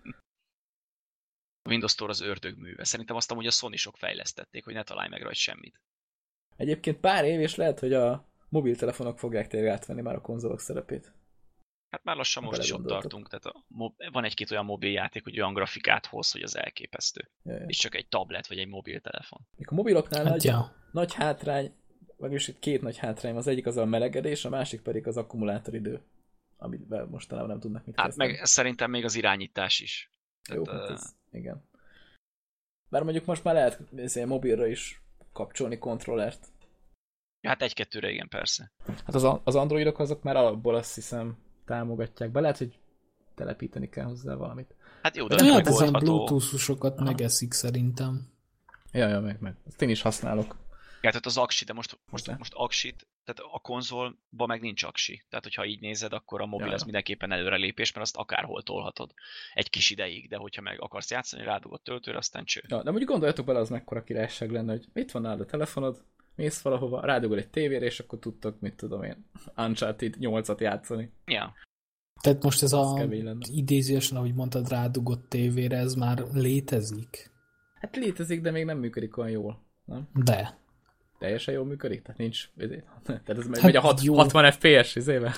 A Windows Store az ördögműve. Szerintem azt amúgy a Sony-sok fejlesztették, hogy ne találj meg rajta semmit. Egyébként pár év, és lehet, hogy a mobiltelefonok fogják tényleg átvenni már a konzolok szerepét. Hát már lassan most is ott tartunk, tehát a mob- van egy-két olyan mobiljáték, hogy olyan grafikát hoz, hogy az elképesztő. Jaj. És csak egy tablet vagy egy mobiltelefon. A mobiloknál hát nagy, ja. nagy hátrány, vagyis itt két nagy hátrány, az egyik az a melegedés, a másik pedig az akkumulátoridő, amivel mostanában nem tudnak mit hát kezdeni. Meg szerintem még az irányítás is. Jó, tehát, hát ez, igen. Bár mondjuk most már lehet ezért mobilra is kapcsolni kontrollert. Hát egy-kettőre igen, persze. Hát az, az androidok azok már alapból azt hiszem támogatják be. Lehet, hogy telepíteni kell hozzá valamit. Hát jó, de de hát ezen bluetooth-osokat megeszik szerintem. Ja, ja, meg, meg. Ezt én is használok. Ja, tehát az aksi, de most, most, most aksit, tehát a konzolban meg nincs aksi. Tehát, hogyha így nézed, akkor a mobil ja, az ja. mindenképpen előrelépés, mert azt akárhol tolhatod egy kis ideig, de hogyha meg akarsz játszani, rádugod töltőre, aztán cső. Ja, de mondjuk gondoljatok bele, az mekkora királyság lenne, hogy itt van nálad a telefonod, mész valahova, rádugod egy tévére, és akkor tudtok, mit tudom én, Uncharted nyolcat játszani. Ja. Tehát most ez az a idézősen, ahogy mondtad, rádugott tévére, ez már létezik? Hát létezik, de még nem működik olyan jól, nem? De. Teljesen jól működik? Tehát nincs... Tehát ez hát megy a hat, hatvan ef pé es izével?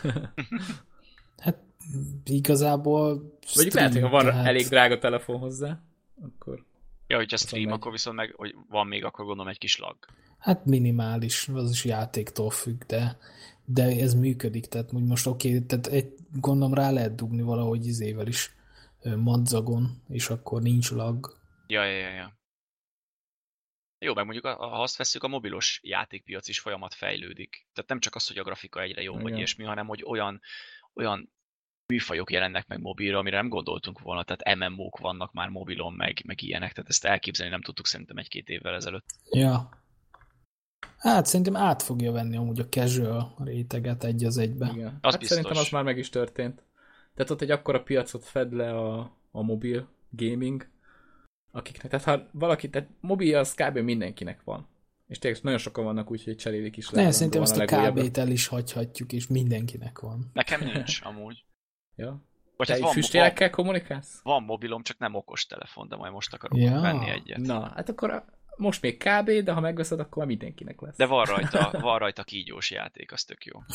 Hát igazából... Vagy lehet, hogy ha van tehát... elég drága telefon hozzá, akkor... Ja, hogyha stream, megy. Akkor viszont meg, hogy van még, akkor gondolom egy kis lag. Hát minimális, az is játéktól függ, de, de ez működik, tehát most oké, okay, tehát egy, gondolom rá lehet dugni valahogy izével is madzagon, és akkor nincs lag. Ja, ja, ja, ja. Jó, meg mondjuk, ha azt vesszük, a mobilos játékpiac is folyamat fejlődik. Tehát nem csak az, hogy a grafika egyre jó, vagy ilyesmi, hanem hogy olyan, olyan műfajok jelennek meg mobilra, amire nem gondoltunk volna. Tehát em em ó-k vannak már mobilon, meg, meg ilyenek. Tehát ezt elképzelni nem tudtuk szerintem egy-két évvel ezelőtt. Ja. Hát szerintem át fogja venni amúgy a casual réteget egy az egybe. Igen. Az hát biztos. szerintem az már meg is történt. Tehát ott egy akkora piacot fed le a, a mobil gaming, akiknek, tehát ha valaki, tehát mobil az kb. Mindenkinek van. És tényleg nagyon sokan vannak úgy, hogy cserélik is le. Ne, szerintem azt a ká bét el is hagyhatjuk, és mindenkinek van. Nekem nincs, amúgy. Ja. Vagy Te hát egy füstjelekkel kommunikálsz? Van mobilom, csak nem okos telefon, de majd most akarok Ja. venni egyet. Na, hát akkor a, most még kb, de ha megveszed, akkor már mindenkinek lesz. De van rajta, van rajta kígyós játék, az tök jó.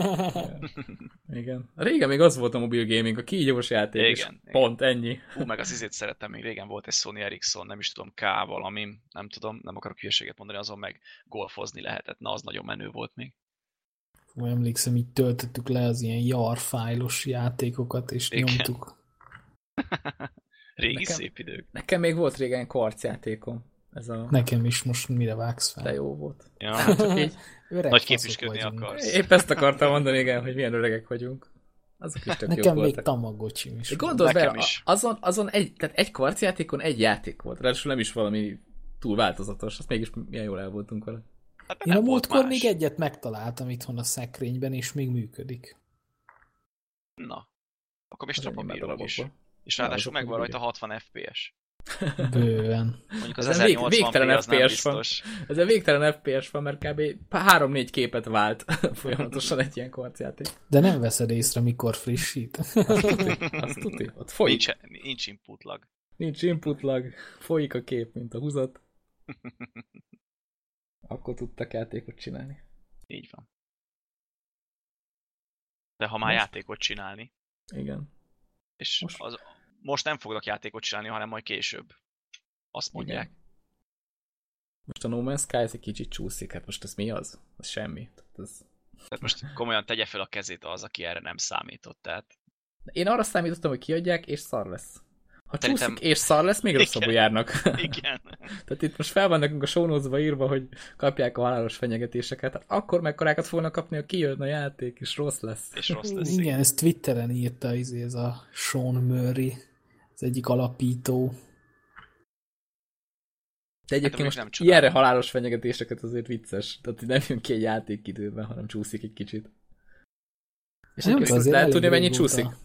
Igen. Régen még az volt a mobil gaming, a kígyós játék, Igen, és igen. pont ennyi. Hú, meg az izét szerettem, még régen volt egy Sony Ericsson, nem is tudom, K valami, nem tudom, nem akarok hülyeséget mondani, azon meg golfozni lehetett, na az nagyon menő volt még. Úgy emlékszem, így töltöttük le az ilyen jar fájlos játékokat, és Igen. nyomtuk. Régi Nekem- szép idők. Nekem még volt régen kvarcjátékom. Ez a... Nekem is most mire vágsz fel? De jó volt. Ja, Csak így, Öreg nagy faszok képüsködni vagyunk. akarsz. épp ezt akartam mondani, igen, hogy milyen öregek vagyunk. Azok is tök jók Nekem még voltak. Tamagocsim is. volt. Gondold Nekem bele, is. azon, azon egy, tehát egy kvarcjátékon egy játék volt. Ráadásul nem is valami túl változatos. Azt mégis milyen jól el voltunk vele. Hát Én nem a volt múltkor más. még egyet megtaláltam itthon a szekrényben, és még működik. Na, akkor még Az ennyi már strapabírom is. darabokból. És Na, ráadásul azok megvan meg rajta hatvan ef pé es. Bőven. Mondjuk az Ezen vég- ezernyolcvan végtelen pé az nem ef pé es van. biztos. Ezzel végtelen ef pé es van, mert kb. három-négy képet vált folyamatosan egy ilyen kvarcjáték. De nem veszed észre, mikor frissít. Azt tuti, azt tuti. Ott folyik. Nincs, nincs input lag. Nincs input lag, folyik a kép, mint a húzat. Akkor tudtak játékot csinálni. Így van. De ha már Most- játékot csinálni, Igen. és Most- most, az, most nem fognak játékot csinálni, hanem majd később. Azt mondják. Igen. Most a No Man's Sky ez egy kicsit csúszik, hát most ez mi az? Ez semmi. Tehát ez... Tehát most komolyan tegye fel a kezét az, aki erre nem számított. Tehát Én arra számítottam, hogy kiadják, és szar lesz. Ha Szerintem- csúszik és szar lesz, még rosszabbul Igen. járnak. igen. Tehát itt most fel van nekünk a show notes-ba írva, hogy kapják a halálos fenyegetéseket. Hát akkor mekkorákat fognak kapni, ha kijön a játék, és rossz lesz. És rossz lesz. Igen, ezt Twitteren írta izé, ez a Sean Murray, az egyik alapító. De egyébként Hát, most nem csodálom. ilyenre halálos fenyegetéseket azért vicces. Tehát nem jön ki egy játék időben, hanem csúszik egy kicsit. És Nem, egyébként azért lehet elég tudni, mennyi régóta. csúszik?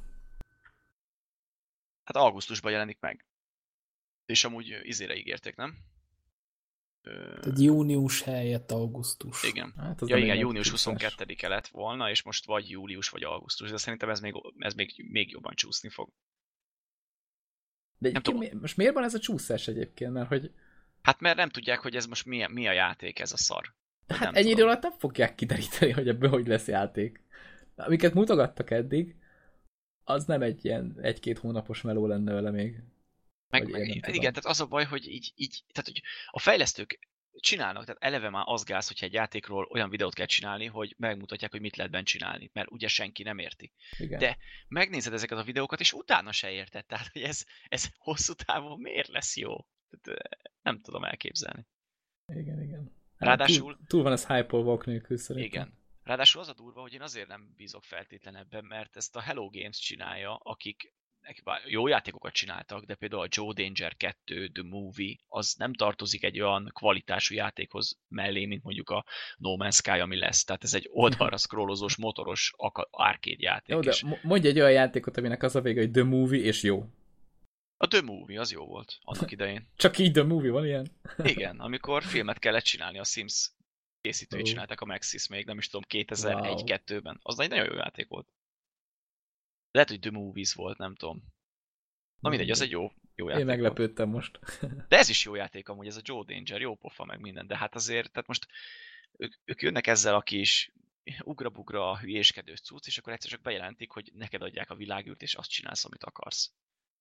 Hát augusztusban jelenik meg. És amúgy ö, izére ígérték, nem? Ö, Tehát június helyett augusztus. igen. Hát az Ja nem igen, egy nagy június csúszás. huszonkettedike lett volna, és most vagy július, vagy augusztus, de szerintem ez még, ez még, még jobban csúszni fog. De egyébként tudom. mi- most miért van ez a csúszás egyébként? Mert hogy Hát mert nem tudják, hogy ez most mi, mi a játék, ez a szar. Vagy hát nem ennyi idő tudom. alatt nem fogják kideríteni, hogy ebből hogy lesz játék. Amiket mutogattak eddig, az nem egy ilyen egy-két hónapos meló lenne vele még. Meg, Vagy meg, én nem igen, tudom. tehát az a baj, hogy így, így, tehát hogy a fejlesztők csinálnak, tehát eleve már az gáz, hogyha egy játékról olyan videót kell csinálni, hogy megmutatják, hogy mit lehet benne csinálni, mert ugye senki nem érti. Igen. De megnézed ezeket a videókat, és utána se érted, tehát hogy ez, ez hosszú távon miért lesz jó? Tehát, eh, nem tudom elképzelni. Igen, igen. Ráadásul- Túl, túl van ez hype-olva ok nélkül szerintem. Igen. Ráadásul az a durva, hogy én azért nem bízok feltétlen ebben, mert ezt a Hello Games csinálja, akik nekik bár jó játékokat csináltak, de például a Joe Danger kettő, The Movie, az nem tartozik egy olyan kvalitású játékhoz mellé, mint mondjuk a No Man's Sky, ami lesz. Tehát ez egy oldalra scrollozós, motoros aka- arcade játék. Jó, de És mo- mondj egy olyan játékot, aminek az a vége, hogy The Movie és jó. a The Movie az jó volt annak idején. Csak így The Movie van ilyen? Igen, amikor filmet kellett csinálni, a Sims készítői Ó. csinálták a Maxis még, nem is tudom, kétezer-egy Wow. kettőben. Az egy nagyon jó játék volt. Lehet, hogy The Movies volt, nem tudom. Na mindegy, az egy jó, jó játék Én meglepődtem most. volt. De ez is jó játék amúgy, ez a Joe Danger, jó pofa meg minden, de hát azért, tehát most ők, ők jönnek ezzel a kis ugra-bugra hülyéskedő cucc, és akkor egyszer csak bejelentik, hogy neked adják a világűrt, és azt csinálsz, amit akarsz.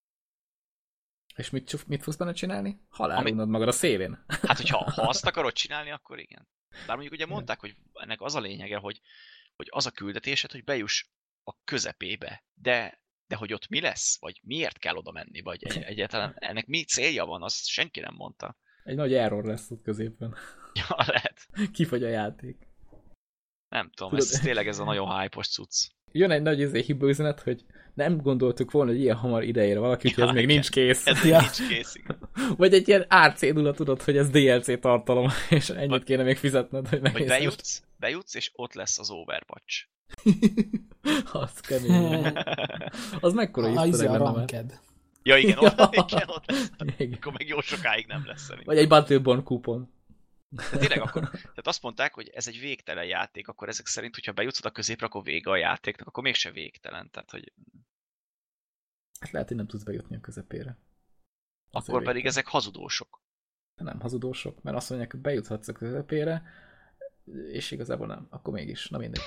És mit, csuf- mit fogsz benne csinálni? Halálulnod magad a szélén. Hát, hogyha ha azt akarod csinálni, akkor igen. Bár mondjuk ugye mondták, hogy ennek az a lényege, hogy, hogy az a küldetésed, hogy bejuss a közepébe, de, de hogy ott mi lesz, vagy miért kell oda menni, vagy egy, egyáltalán ennek mi célja van, azt senki nem mondta. Egy nagy error lesz ott középen. Ja, lehet. Kifogy a játék. Nem tudom, Tudod- ez tényleg ez a nagyon hype-os cucc. Jön egy nagy izé, hibaüzenet, hogy nem gondoltuk volna, hogy ilyen hamar ideér valaki, úgyhogy Ja, ez még igen. nincs kész. Ez Ja. nincs kész, igen. Vagy egy ilyen árcédula, tudod, hogy ez dé el cé tartalom, és ennyit vagy, kéne még fizetned, hogy megnézd. Vagy bejutsz, bejutsz, és ott lesz az Overwatch. Az kemény. Az mekkora easter egg lenne már. Ja igen, ott, igen, ott lesz. Akkor meg jó sokáig nem lesz szerintem. Vagy egy Battleborn kupon. De tényleg akkor, tehát azt mondták, hogy ez egy végtelen játék, akkor ezek szerint, hogyha bejutsz a középre, akkor vége a játéknak, akkor mégse végtelen. Tehát, hogy... Hát lehet, hogy nem tudsz bejutni a közepére. Az akkor pedig ezek hazudósok. Nem hazudósok, mert azt mondják, hogy bejuthatsz a közepére, és igazából nem. Akkor mégis. Na mindegy.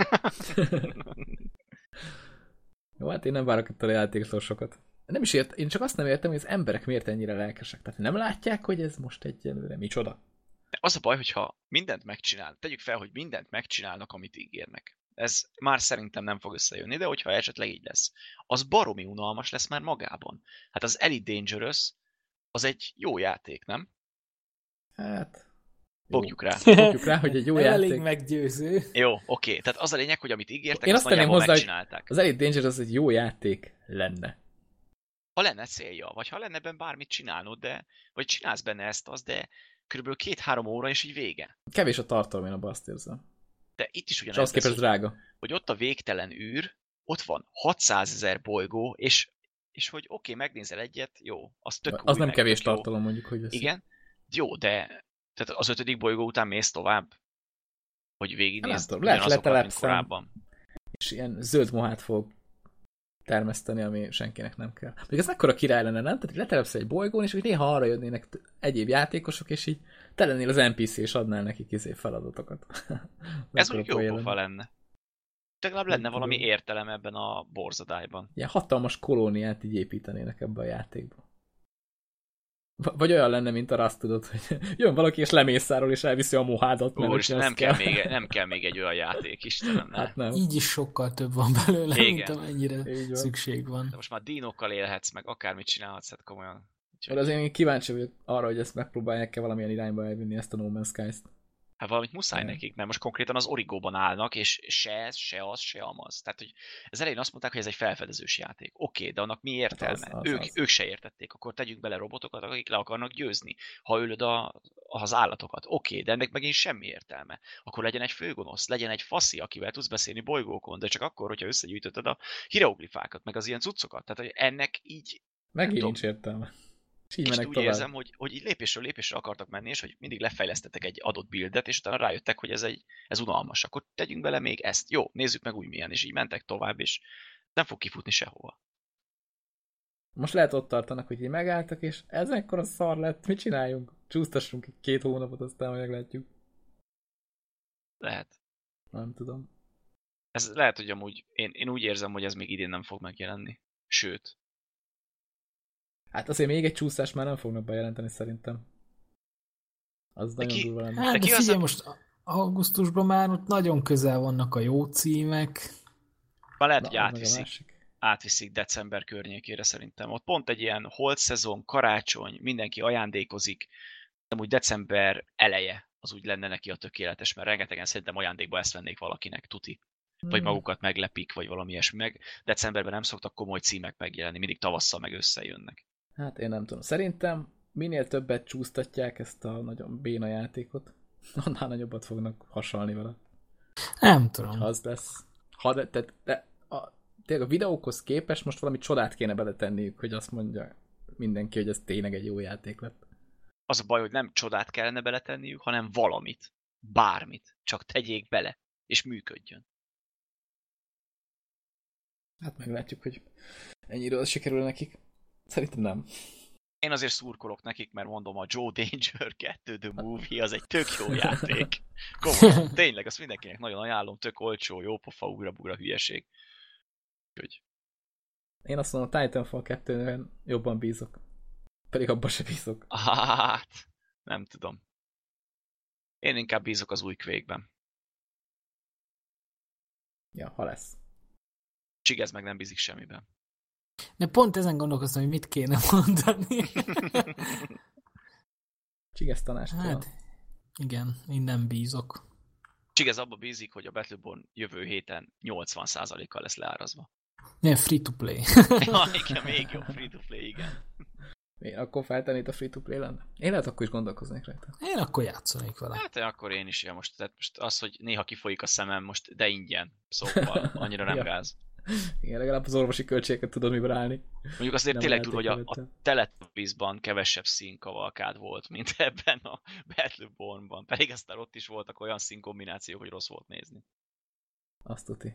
Jó, hát én nem várok ettől a játéktól sokat. Nem is ért, én csak azt nem értem, hogy az emberek miért ennyire lelkesek. Tehát nem látják, hogy ez most egyelőre micsoda. De az a baj, hogyha mindent megcsinál, tegyük fel, hogy mindent megcsinálnak, amit ígérnek. Ez már szerintem nem fog összejönni, de hogyha esetleg így lesz, az baromi unalmas lesz már magában. Hát az Elite Dangerous az egy jó játék, nem? Hát... Fogjuk rá. Fogjuk rá, hogy egy jó játék. Elég meggyőző. Jó, oké. Tehát az a lényeg, hogy amit ígértek, én azt nagyjából hozzá, megcsinálták. Az Elite Dangerous az egy jó játék lenne. Ha lenne célja, vagy ha lenne benne bármit csinálnod, de, vagy csinálsz benne ezt, az, de körülbelül két-három óra, és így vége. Kevés a tartalom, én abban azt érzem. De itt is ugyanez. És az képest drága. Hogy ott a végtelen űr, ott van hatszázezer bolygó, és, és hogy oké, okay, megnézel egyet, jó, az tök Az új, nem meg, kevés tök jó. tartalom, mondjuk, hogy ez. Igen, jó, de tehát az ötödik bolygó után mész tovább, hogy végignézd ugyanazokat, mint korábban. És ilyen zöld mohát fog termeszteni, ami senkinek nem kell. Még ez mekkora király lenne, nem? Tehát letelepszel egy bolygón, és hogy néha arra jönnének egyéb játékosok, és így te lennél az en pé cé, és adnál nekik izé feladatokat. Ez mondjuk jó pofa lenne. Legalább lenne valami tudom. Értelem ebben a borzadályban. Ilyen hatalmas kolóniát így építenének ebbe a játékba. Vagy olyan lenne, mint a Rust, tudod, hogy jön valaki, és lemészárol, és elviszi a mohádat. Úr, nem kell, kell. Még, nem kell még egy olyan játék, Istenem. Hát nem. Így is sokkal több van belőle, igen. Mint amennyire van. Szükség van. De most már dínokkal élhetsz, meg akármit csinálhatsz, hát komolyan. De azért én kíváncsi vagyok arra, hogy ezt megpróbálják-e valamilyen irányba elvinni, ezt a No Man's Sky-t. Hát valamit muszáj nekik, mert most konkrétan az Origóban állnak, és se ez, se az, se amaz. Tehát, hogy az elején azt mondták, hogy ez egy felfedezős játék. Oké, okay, de annak mi értelme? Hát az, az, ők, az. ők se értették, akkor tegyünk bele robotokat, akik le akarnak győzni. Ha ölöd a, az állatokat. Oké, okay, de ennek megint semmi értelme. Akkor legyen egy főgonosz, legyen egy faszi, akivel tudsz beszélni bolygókon, de csak akkor, hogyha összegyűjtötted a hieroglifákat, meg az ilyen cuccokat. Tehát, hogy ennek így... Megint nincs értelme. És úgy tovább. Érzem, hogy, hogy így lépésről lépésre akartak menni, és hogy mindig lefejlesztettek egy adott buildet, és utána rájöttek, hogy ez, egy, ez unalmas. Akkor tegyünk bele még ezt. Jó, nézzük meg úgy milyen, és így mentek tovább, és nem fog kifutni sehova. Most lehet ott tartanak, hogy így megálltak, és ez ekkora szar lett, mit csináljunk? Csúsztassunk két hónapot, aztán meglátjuk. Lehet. Nem tudom. Ez lehet, hogy amúgy, én, én úgy érzem, hogy ez még idén nem fog megjelenni. Sőt. Hát azért még egy csúszás már nem fognak bejelenteni szerintem. Az de nagyon ki, durva lenne. Hát de, de figyelj, az... most augusztusban már ott nagyon közel vannak a jó címek. Már lehet, Na, hogy átviszik, átviszik december környékére szerintem. Ott pont egy ilyen holt szezon, karácsony, mindenki ajándékozik. De úgy december eleje az úgy lenne neki a tökéletes, mert rengetegen szerintem ajándékba ezt vennék valakinek, tuti. Vagy hmm. magukat meglepik, vagy valami ilyesmi meg. Decemberben nem szoktak komoly címek megjelenni, mindig tavasszal meg összejönnek. Hát én nem tudom. Szerintem minél többet csúsztatják ezt a nagyon béna játékot, annál nagyobbat fognak hasalni vele. Nem tudom. Ha az lesz. Ha de, de, de a, tényleg a videókhoz képest most valami csodát kéne beletenniük, hogy azt mondja mindenki, hogy ez tényleg egy jó játék lett. Az a baj, hogy nem csodát kellene beletenniük, hanem valamit. Bármit. Csak tegyék bele, és működjön. Hát meglátjuk, hogy ennyire az sikerül nekik. Szerintem nem. Én azért szurkolok nekik, mert mondom, a Joe Danger kettő The Movie az egy tök jó játék. Komolyan, tényleg, azt mindenkinek nagyon ajánlom, tök olcsó, jó pofa, ugra-bugra hülyeség. Úgyhogy. Én azt mondom, a Titanfall kettőnél jobban bízok. Pedig abban se bízok. Hát, nem tudom. Én inkább bízok az új Quake-ben. Ja, ha lesz. Csigez meg nem bízik semmiben. De pont ezen gondolkoztam, hogy mit kéne mondani. Csigez tanást hát, igen, én nem bízok. Csigez abba bízik, hogy a Battleborn jövő héten nyolcvan százalékkal lesz leárazva. Nem, free to play. Ja, igen, még jobb, free to play, igen. Én akkor feltennéd a free-to-play lenne? Én lehet akkor is gondolkoznék rajta. Én akkor játszanék vele. Hát akkor én is, ja, most, tehát most az, hogy néha kifolyik a szemem, most de ingyen. Szóval annyira nem Ja. gáz. Igen, legalább az orvosi költségeket tudod miből állni. Mondjuk azért Nem tényleg lehet durva, hogy a, a követtem. Teletubbiesban kevesebb színkavalkád volt, mint ebben a Battlebornban. Pedig aztán ott is voltak olyan színkombinációk, hogy rossz volt nézni. Azt tuti.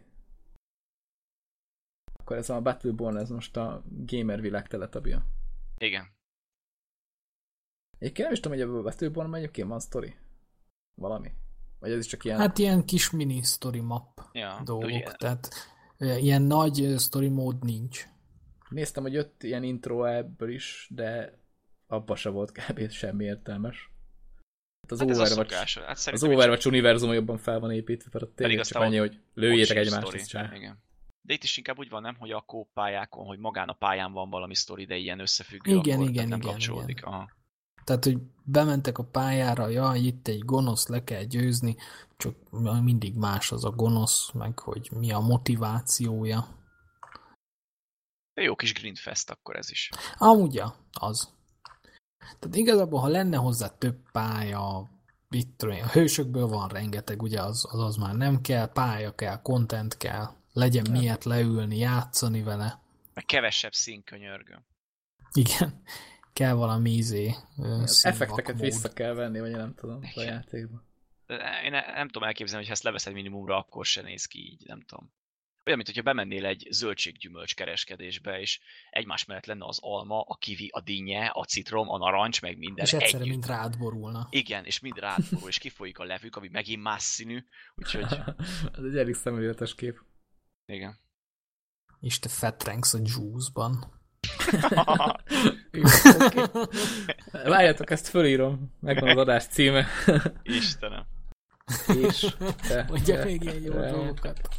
Akkor ez a Battleborn, ez most a gamer világ teletabia. Igen. Egyébként nem is tudom, hogy ebből a Battlebornban egyébként van sztori. Valami. Vagy ez is csak ilyen... Hát ilyen kis mini story map Ja, dolgok, ugye- tehát ö, ilyen nagy ö, story mód nincs. Néztem, hogy jött ilyen intro ebből is, de abba se volt kb. Semmi értelmes. Hát az Hát ez a Overwatch, szokás. Hát az szerintem is Overwatch univerzum jobban fel van építve, mert ott Pedig tényleg csak aztán annyi, ott- hogy lőjétek ott sincs egymást, sztori. ez csá. Igen. De itt is inkább úgy van, nem, hogy a kóp pályákon, hogy magán a pályán van valami sztori, de ilyen összefüggő, Igen, akkor igen, tehát nem igen, kapcsolódik. igen. Aha. Tehát, hogy bementek a pályára, jaj, itt egy gonosz, le kell győzni, csak mindig más az a gonosz, meg hogy mi a motivációja. De jó kis Grindfest akkor ez is. Amúgy, ja, az. Tehát igazából, ha lenne hozzá több pálya, itt tudom én, a hősökből van rengeteg, ugye az, az, az már nem kell, pálya kell, content kell, legyen miért leülni, játszani vele. Meg kevesebb szín, könyörgöm. Igen, kell valami izé. Az effekteket vissza kell venni, vagy én nem tudom, a Igen. játékban. De én ne- nem tudom elképzelni, hogy ha ezt leveszed minimumra, akkor se néz ki így, nem tudom. Olyan, mint hogyha bemennél egy zöldséggyümölcs kereskedésbe, és egymás mellett lenne az alma, a kiwi, a dinnye, a citrom, a narancs, meg minden És egyszerre együtt. mind rád borulna. Igen, és mind rád forul, és kifolyik a levük, ami megint más színű, úgyhogy Ez egy elég szemléletes kép. igen. És te fetrengsz a juice-ban. Jó, oké. Várjátok, ezt fölírom. Megvan az adás címe. Istenem. És te, Mondja te, még ilyen jó te- dolgokat.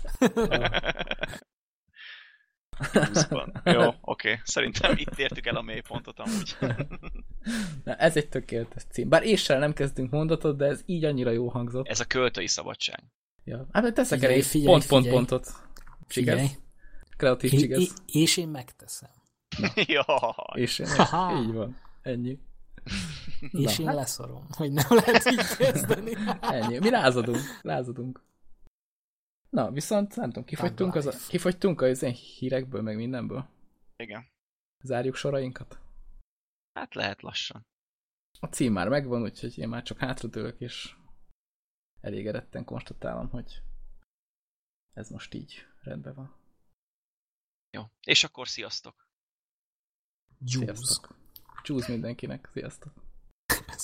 húszban. Jó, oké. Szerintem itt értük el a mélypontot amúgy. Na, ez egy tökéletes cím. Bár éssel nem kezdünk mondatot, de ez így annyira jó hangzott. Ez a költői szabadság. Ja. Hát teszek Figyelj, el egy figyelj, pont, pont, figyelj. pontot. Figyelj. Csigesz. Kreatív É- csigesz. é- és én megteszem. Jaj. És én, Haha. így van. Ennyi. És Na, én hát- leszarom, hogy nem lehet így kezdeni. Ennyi. Mi lázadunk. Lázadunk. Na, viszont nem tudom, kifogytunk az, a, kifogytunk az ilyen hírekből, meg mindenből. Igen. Zárjuk sorainkat. Hát lehet lassan. A cím már megvan, úgyhogy én már csak hátradőlök, és elégedetten konstatálom, hogy ez most így rendben van. Jó. És akkor sziasztok. Juice. Sziasztok. Csúsz mindenkinek. Sziasztok.